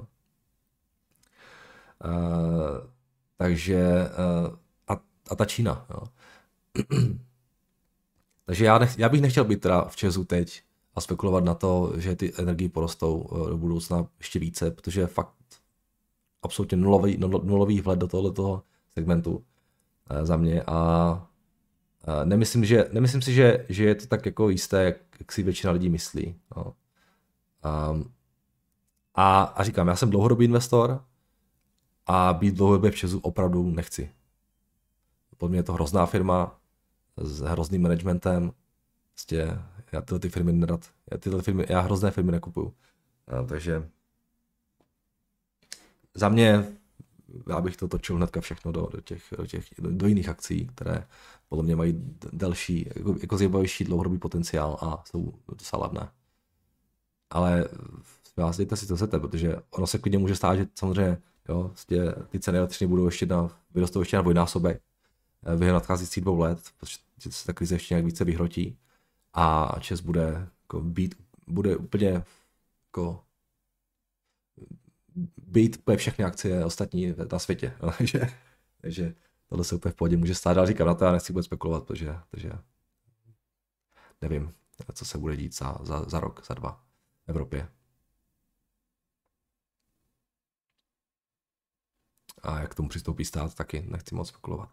Uh, takže uh, a, a ta Čína. Jo. Takže já, nech, já bych nechtěl být teda v ČEZu teď a spekulovat na to, že ty energie porostou uh, do budoucna ještě více, protože je fakt absolutně nulový, nulový vhled do tohoto segmentu uh, za mě a uh, nemyslím, že, nemyslím si, že, že je to tak jako jisté, jak, jak si většina lidí myslí. No. Um, a, a říkám, já jsem dlouhodobý investor, a být dlouhodobě v ČEZu opravdu nechci. Podle mě je to hrozná firma s hrozným managementem. Prostě já tyhle ty firmy nerad, já tyhle firmy, já hrozné firmy nekupuju. A, takže za mě, já bych to točil hnedka všechno do, do, těch, do, těch, do, do jiných akcí, které podle mě mají delší, jako, jako zjebavější dlouhodobý potenciál a jsou docela levné. Ale vás dejte si to chcete, protože ono se klidně může stát, že samozřejmě jo, vlastně ty ceny elektřiny budou ještě na, vyrostou ještě na dvojnásobek během nadcházejících dvou let, protože se ta krize ještě nějak více vyhrotí a ČEZ bude jako být, bude úplně jako být úplně všechny akcie ostatní na světě. No, takže, takže tohle se úplně v pohodě může stát, ale říkám, na to já nechci vůbec spekulovat, protože, protože nevím, co se bude dít za, za, za rok, za dva v Evropě. A jak k tomu přistoupí stát, taky nechci moc spekulovat.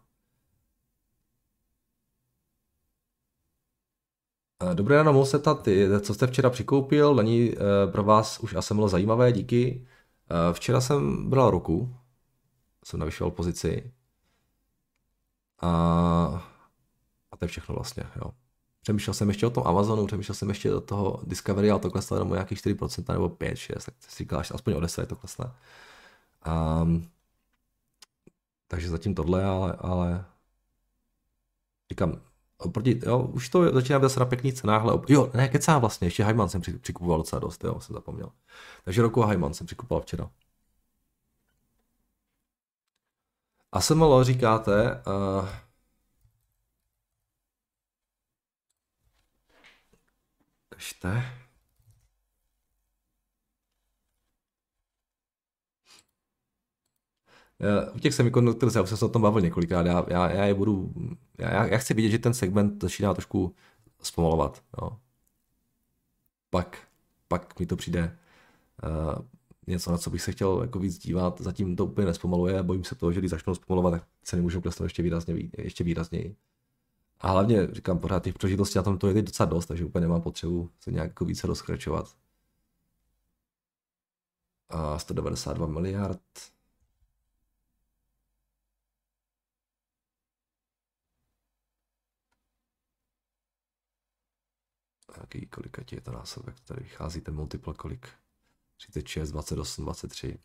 Dobré ráno, mohu se ptat, co jste včera přikoupil, není pro vás už asi bylo zajímavé, díky. Včera jsem bral ruku, jsem navyšoval pozici a, a to je všechno vlastně, jo. Přemýšlel jsem ještě o tom Amazonu, přemýšlel jsem ještě do toho Discovery, ale to kleslo jenom nějakých čtyři procenta nebo pět šest, tak si říkal, že aspoň o deset to klesne. Um, takže zatím tohle, ale, ale říkám, oproti, jo, už to začíná být na pěkných cenách, ale jo, ne, kecám vlastně, ještě Hyman jsem přikupoval docela dost, jo, jsem zapomněl. Takže Roku a Hyman jsem přikupoval včera. A S M L říkáte, uh, kažte. U těch semikonduktorů já už jsem se o tom bavil několikrát, já, já, já je budu, já, já chci vidět, že ten segment začíná trošku zpomalovat, jo. Pak, pak mi to přijde uh, něco, na co bych se chtěl jako víc dívat, zatím to úplně nespomaluje, bojím se toho, že když začnou zpomalovat, tak ceny můžou klesnout ještě, výrazně, ještě výrazněji. A hlavně, říkám, pořád těch příležitostí na tom to je teď docela dost, takže úplně nemám potřebu se nějak jako více rozkračovat. A sto devadesát dva miliard. Jaký, kolikatí je to násobek, tady vychází ten multiple kolik? třicet šest, dvacet osm, dvacet tři.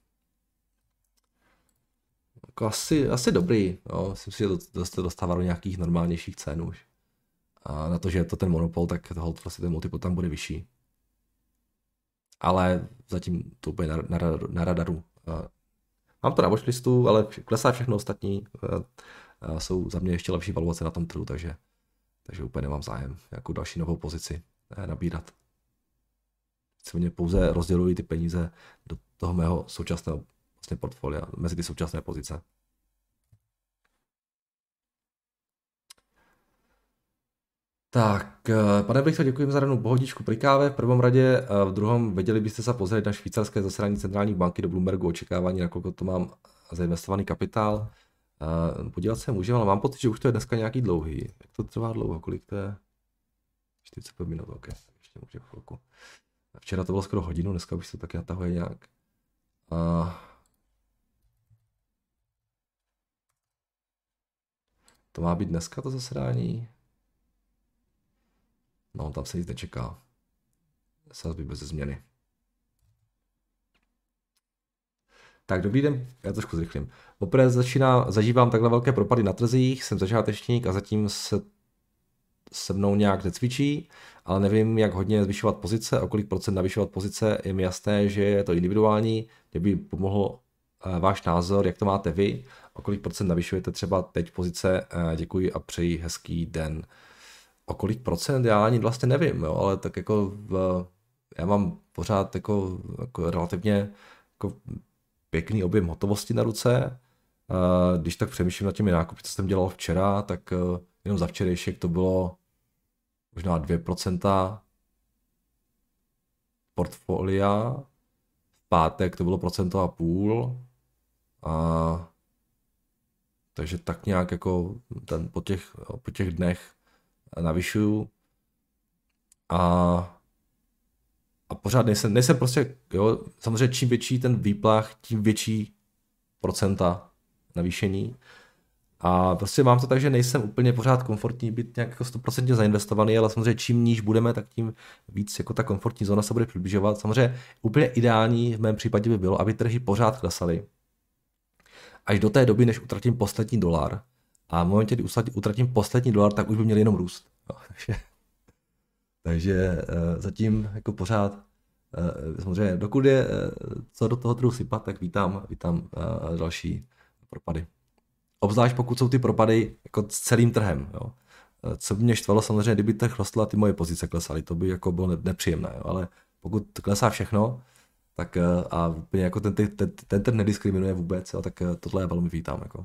Jako asi, asi dobrý, jo. Myslím si, že to, to dostává do nějakých normálnějších cen už. A na to, že je to ten monopol, tak toho vlastně ten multiple tam bude vyšší. Ale zatím to úplně na, na, na radaru. Mám to na watchlistu, ale klesá všechno ostatní. Jsou za mě ještě lepší valuace na tom trhu, takže, takže úplně nemám zájem nějakou další novou pozici nabírat. Se mě pouze rozdělují ty peníze do toho mého současného vlastně portfolia, mezi ty současné pozice. Tak, pane Brichto, děkuji za danou pohodičku pri káve. V prvom rade, v druhom, vedeli byste se pozrieť na švýcarské zasedání centrální banky do Bloombergu, očekávání, nakoľko to mám zainvestovaný kapitál. Podívat se můžeme, ale mám pocit, že už to je dneska nějaký dlouhý. Jak to trvá dlouho? Kolik to je? čtyřicet pět minut, ok. Ještě může chvilku. Včera to bylo skoro hodinu, dneska už se taky natahuje nějak. A... To má být dneska to zasedání? No, tam se nic nečeká. Sazby bez změny. Tak, dobrý den, já trošku zrychlím. Poprvé začíná, zažívám takhle velké propady na trzích, jsem začátečník a zatím se se mnou nějak necvičí, ale nevím, jak hodně zvyšovat pozice, o kolik procent navyšovat pozice, je mi jasné, že je to individuální, mě by pomohl váš názor, jak to máte vy, o kolik procent navyšujete třeba teď pozice, děkuji a přeji hezký den. O kolik procent, já ani vlastně nevím, jo, ale tak jako v, já mám pořád jako, jako relativně jako pěkný objem hotovosti na ruce, když tak přemýšlím nad těmi nákupy, co jsem dělal včera, tak jenom za včerejšek to bylo možná dvě procenta portfolia, v pátek to bylo procento a půl, a takže tak nějak jako ten po těch, po těch dnech navyšuju a, a pořád nejsem, nejsem prostě, jo, samozřejmě čím větší ten výplach, tím větší procenta navýšení. A prostě mám to tak, že nejsem úplně pořád komfortní být nějak jako sto procent zainvestovaný, ale samozřejmě čím níž budeme, tak tím víc jako ta komfortní zóna se bude přibližovat. Samozřejmě úplně ideální v mém případě by bylo, aby trhy pořád klesaly. Až do té doby, než utratím poslední dolar. A v momentě, kdy utratím poslední dolar, tak už by měl jenom růst. No, takže takže zatím jako pořád, samozřejmě dokud je co do toho trhu sypat, tak vítám, vítám další propady. Obzvlášť pokud jsou ty propady jako s celým trhem. Jo. Co by mě štvalo samozřejmě, kdyby trh rostl a ty moje pozice klesaly, to by jako bylo nepříjemné. Jo. Ale pokud klesá všechno, tak a úplně jako ten, ten, ten, ten trh nediskriminuje vůbec, jo, tak tohle já velmi vítám. Jako.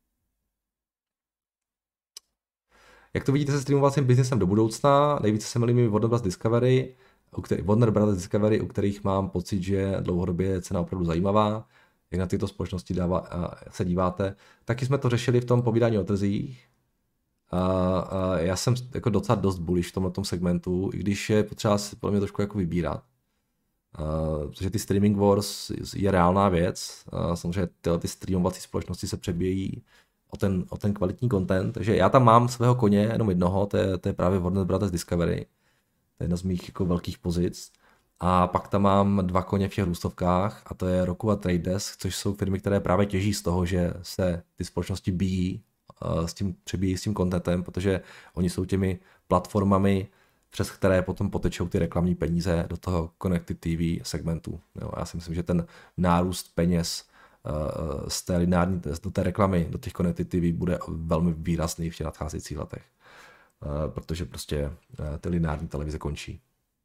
Jak to vidíte se streamovacím biznesem do budoucna? Nejvíce se mi líbí Warner Bros. Discovery, u který, Warner Bros. Discovery, u kterých mám pocit, že dlouhodobě je cena opravdu zajímavá. Jak na tyto společnosti dává, se díváte. Taky jsme to řešili v tom povídání o trzích. Já jsem jako docela dost bullish v tomto segmentu, i když je potřeba si podle mě trošku jako vybírat. Protože ty streaming wars je reálná věc. Samozřejmě tyhle ty streamovací společnosti se přebíjejí o ten, o ten kvalitní content. Takže já tam mám svého koně, jenom jednoho, to je, to je právě Warner Bros. Discovery. To je jedna z mých jako velkých pozic. A pak tam mám dva koně v těch růstovkách a to je Roku a Trade Desk, což jsou firmy, které právě těží z toho, že se ty společnosti bíjí, s tím přebíjí s tím contentem, protože oni jsou těmi platformami, přes které potom potečou ty reklamní peníze do toho Connected T V segmentu. Jo, já si myslím, že ten nárůst peněz z té lineární, do té reklamy, do těch Connected T V bude velmi výrazný v těch nadcházejících letech, protože prostě ty lineární televize končí.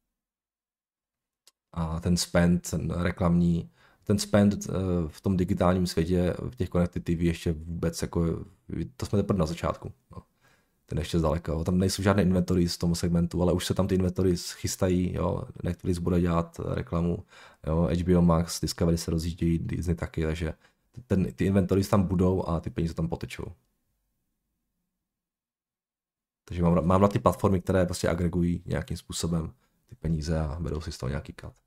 A ten spend ten reklamní, ten spend v tom digitálním světě, v těch Connected T V ještě vůbec, jako, to jsme teprve na začátku. No. Ten ještě zdaleka. Tam nejsou žádné inventory z tomu segmentu, ale už se tam ty inventory chystají. Jo. Netflix bude dělat reklamu, jo. H B O Max, Discovery se rozjíždějí, Disney taky, takže ten, ty inventory tam budou a ty peníze tam potečou. Takže mám, mám na ty platformy, které prostě agregují nějakým způsobem ty peníze a berou si z toho nějaký kat.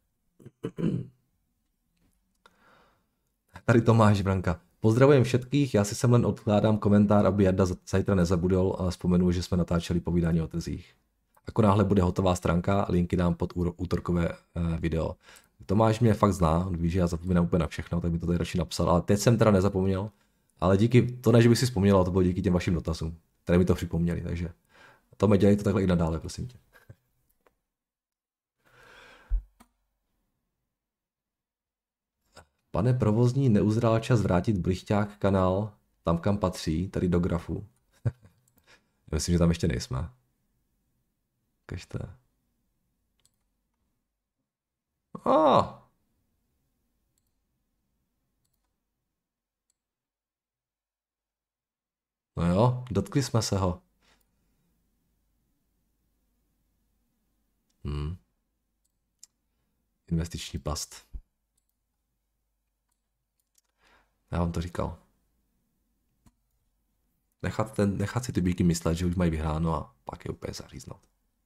Tady Tomáš Branka. Pozdravujem všetkých, já si sem len odkládám komentár, aby Jarda zajtra nezabudol a vzpomenu, že jsme natáčeli povídání o trzích. Ako náhle bude hotová stránka, linky dám pod útorkové video. Tomáš mě fakt zná, on ví, že já zapomínám úplně na všechno, tak mi to tady radši napsal, ale teď jsem teda nezapomněl. Ale díky, to ne, že bych si vzpomněl, ale to bylo díky těm vašim dotazům, které mi to připomněli, takže Tome, dělej to takhle i nadále, prosím tě. Pane provozní, neuzrál čas vrátit Brychťák kanál tam, kam patří, tady do grafu. Myslím, že tam ještě nejsme. Kažte. Oh. No jo, dotkli jsme se ho. Hmm. Investiční past. Já vám to říkal. Nechat, ten, nechat si ty bíky myslet, že už mají vyhráno a pak je úplně zaříznout.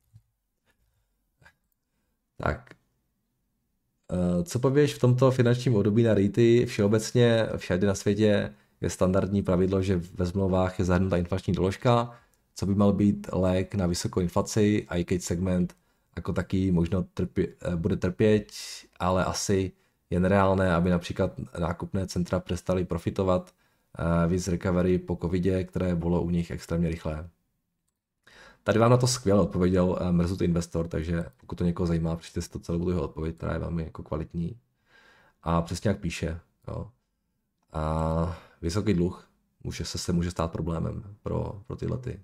Tak. Co pověš v tomto finančním období na REITy? Všeobecně všade na světě je standardní pravidlo, že ve smlouvách je zahrnuta inflační doložka, co by mal být lék na vysokou inflaci, i keď segment jako taky možno trpě, bude trpět, ale asi je nereálné, aby například nákupné centra přestaly profitovat víc recovery po covidě, které bylo u nich extrémně rychlé. Tady vám na to skvěle odpověděl Mrzut Investor, takže pokud to někoho zajímá, přečtěte si to celou jeho odpověď, která je velmi jako kvalitní. A přesně jak píše, jo. A vysoký dluh může se, se může stát problémem pro, pro tyhle ty.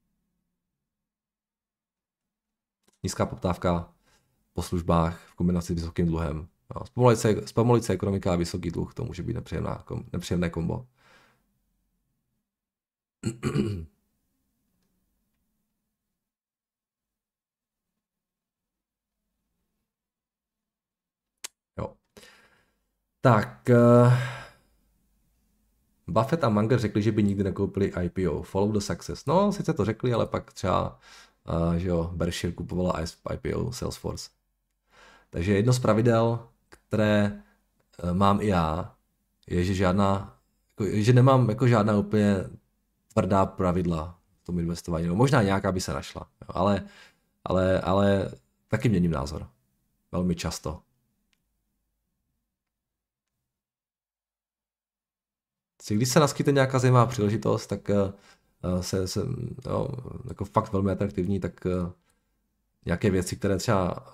Nízká poptávka po službách v kombinaci s vysokým dluhem. Zpomalit se, zpomalit se ekonomika a vysoký dluh, to může být nepříjemná, nepříjemné kombo. Jo. Tak. Uh... Buffett a Munger řekli, že by nikdy nekoupili I P O. Follow the success. No, sice to řekli, ale pak třeba, uh, že jo, Berkshire kupovala I P O Salesforce. Takže jedno z pravidel, které uh, mám i já, je, že žádná, jako, že nemám jako žádná úplně tvrdá pravidla v tom investování. No, možná nějaká by se našla, jo, ale, ale, ale taky měním názor. Velmi často. Když se naskytne nějaká zajímavá příležitost, tak se, se jo, jako fakt velmi atraktivní, tak nějaké věci, které třeba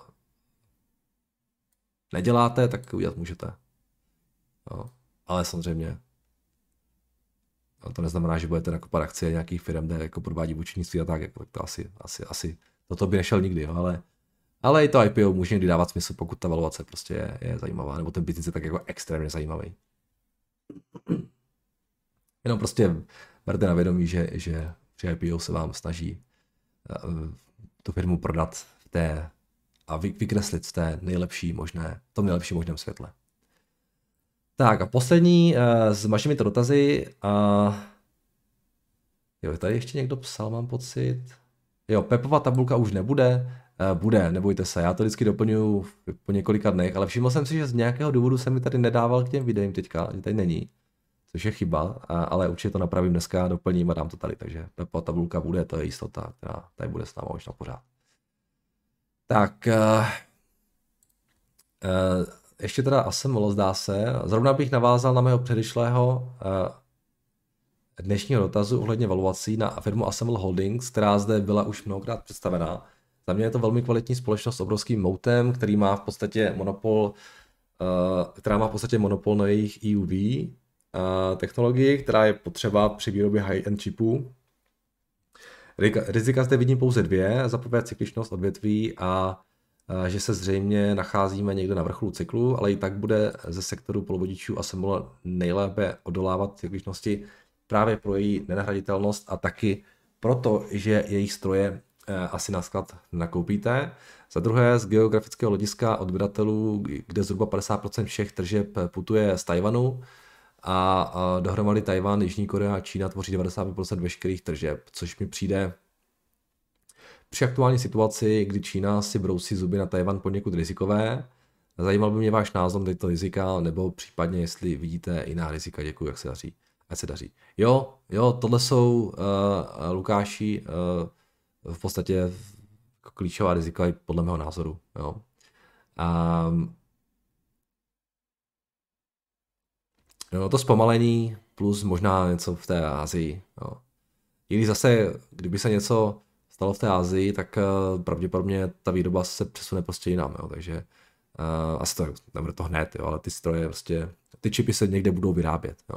neděláte, tak udělat můžete. Jo. Ale samozřejmě to neznamená, že budete nakupovat akcie nějakých firm, kde jako provádí účetnictví a tak, jako, tak to asi, asi, asi toto by nešel nikdy, jo, ale, ale i to I P O může někdy dávat smysl, pokud ta valuace prostě je, je zajímavá, nebo ten business je tak jako extrémně zajímavý. Jenom prostě berte na vědomí, že, že při I P O se vám snaží uh, tu firmu prodat v té a vy, vykreslit v té nejlepší možné, v tom nejlepším možném světle. Tak a poslední uh, s vašimi to dotazy. Uh, jo, tady ještě někdo psal, mám pocit. Jo, Pepova tabulka už nebude. Uh, bude, nebojte se, já to vždycky doplňuji po několika dnech, ale všiml jsem si, že z nějakého důvodu jsem mi tady nedával k těm videím teďka, že tady není. Což je chyba, ale určitě to napravím dneska, doplním a dám to tady, takže Pepa tabulka bude, to je jistota, která tady bude s námi možná pořád. Tak, uh, uh, ještě teda Asemolo zdá se, zrovna bych navázal na mého předešlého uh, dnešního dotazu ohledně valuací na firmu Asemolo Holdings, která zde byla už mnohokrát představená. Za mě je to velmi kvalitní společnost s obrovským moutem, který má v podstatě monopol, uh, která má v podstatě monopol na jejich E U V, technologii, která je potřeba při výrobě high-end čipů. Rizika zde vidím pouze dvě, za prvé cykličnost odvětví a že se zřejmě nacházíme někde na vrcholu cyklu, ale i tak bude ze sektoru polovodičů Asemolo nejlépe odolávat cykličnosti právě pro její nenahraditelnost a taky proto, že jejich stroje asi na sklad nakoupíte. Za druhé z geografického hlediska odběratelů, kde zhruba padesát procent všech tržeb putuje z Tajvanu, a, a dohromady Tajvan, Jižní Korea a Čína tvoří devadesát pět procent veškerých tržeb, což mi přijde při aktuální situaci, kdy Čína si brousí zuby na Tajvan poněkud rizikové. Zajímal by mě váš názor na tyto rizika, nebo případně, jestli vidíte jiná rizika. Děkuji, jak se daří. Ať se daří. Jo, jo, tohle jsou uh, Lukáši uh, v podstatě klíčová rizika podle mého názoru. Jo. Um, No, to zpomalení plus možná něco v té Asii. Jo. I když zase, kdyby se něco stalo v té Asii, tak uh, pravděpodobně ta výroba se přesune prostě jinam. Jo. Takže uh, asi to nebude to hned, jo, ale ty stroje prostě ty čipy se někde budou vyrábět. Jo.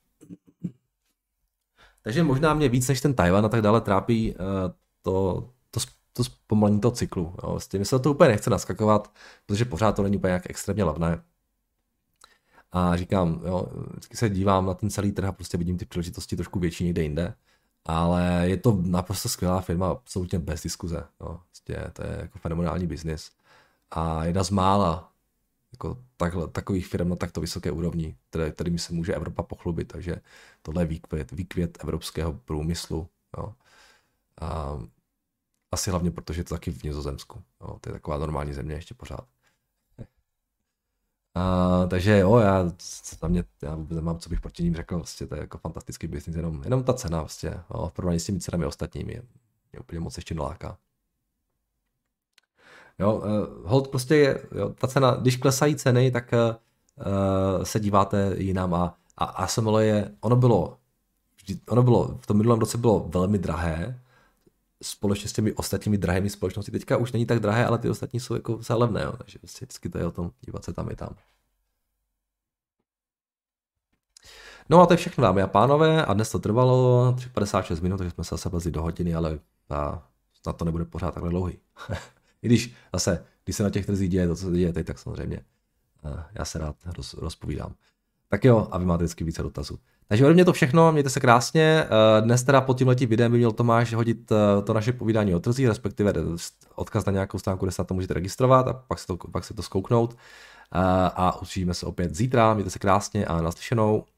Takže možná mě víc než ten Tajvan a tak dále trápí uh, to, to, to zpomalení toho cyklu. Jo. Vlastně mi se to úplně nechce naskakovat, protože pořád to není úplně jak extrémně levné. A říkám, jo, vždycky se dívám na ten celý trh a prostě vidím ty příležitosti trošku větší někde jinde. Ale je to naprosto skvělá firma, absolutně bez diskuze. Jo. Vlastně to je jako fenomenální biznis. A jedna z mála jako takhle, takových firm na takto vysoké úrovni, které, kterými se může Evropa pochlubit, takže tohle je výkvět, výkvět evropského průmyslu. Jo. A asi hlavně protože je to taky v Nizozemsku. Jo. To je taková normální země ještě pořád. A, takže jo, já za mě, já vůbec nemám, co bych proti ním řekl, vlastně to je jako fantastický biznis, jenom, jenom ta cena vlastně, jo, v porovnání s těmi cenami ostatními mě úplně moc ještě neláká. Jo, uh, hold prostě je, jo, ta cena, když klesají ceny, tak uh, se díváte jinam a, a A S M L je, ono bylo, vždy, ono bylo, v tom minulém roce bylo velmi drahé, společně s těmi ostatními drahými společnosti, teďka už není tak drahé, ale ty ostatní jsou jako za levné, jo, takže vlastně vždycky to je o tom dívat se tam i tam. No a to je všechno, dámy a pánové, a dnes to trvalo tři padesát šest minut, takže jsme se zase vlezli do hodiny, ale snad to nebude pořád takhle dlouhý. I když zase, když se na těch trzích děje to, co se děje teď, tak samozřejmě já se rád roz, rozpovídám. Tak jo, a vy máte vždycky více dotazů. Takže ode mě to všechno, mějte se krásně. Dnes teda pod tímhletím videem by měl Tomáš hodit to naše povídání o trzích, respektive odkaz na nějakou stránku, kde se na to můžete registrovat a pak si to, pak si to zkouknout. A uvidíme se opět zítra, mějte se krásně a naslyšenou.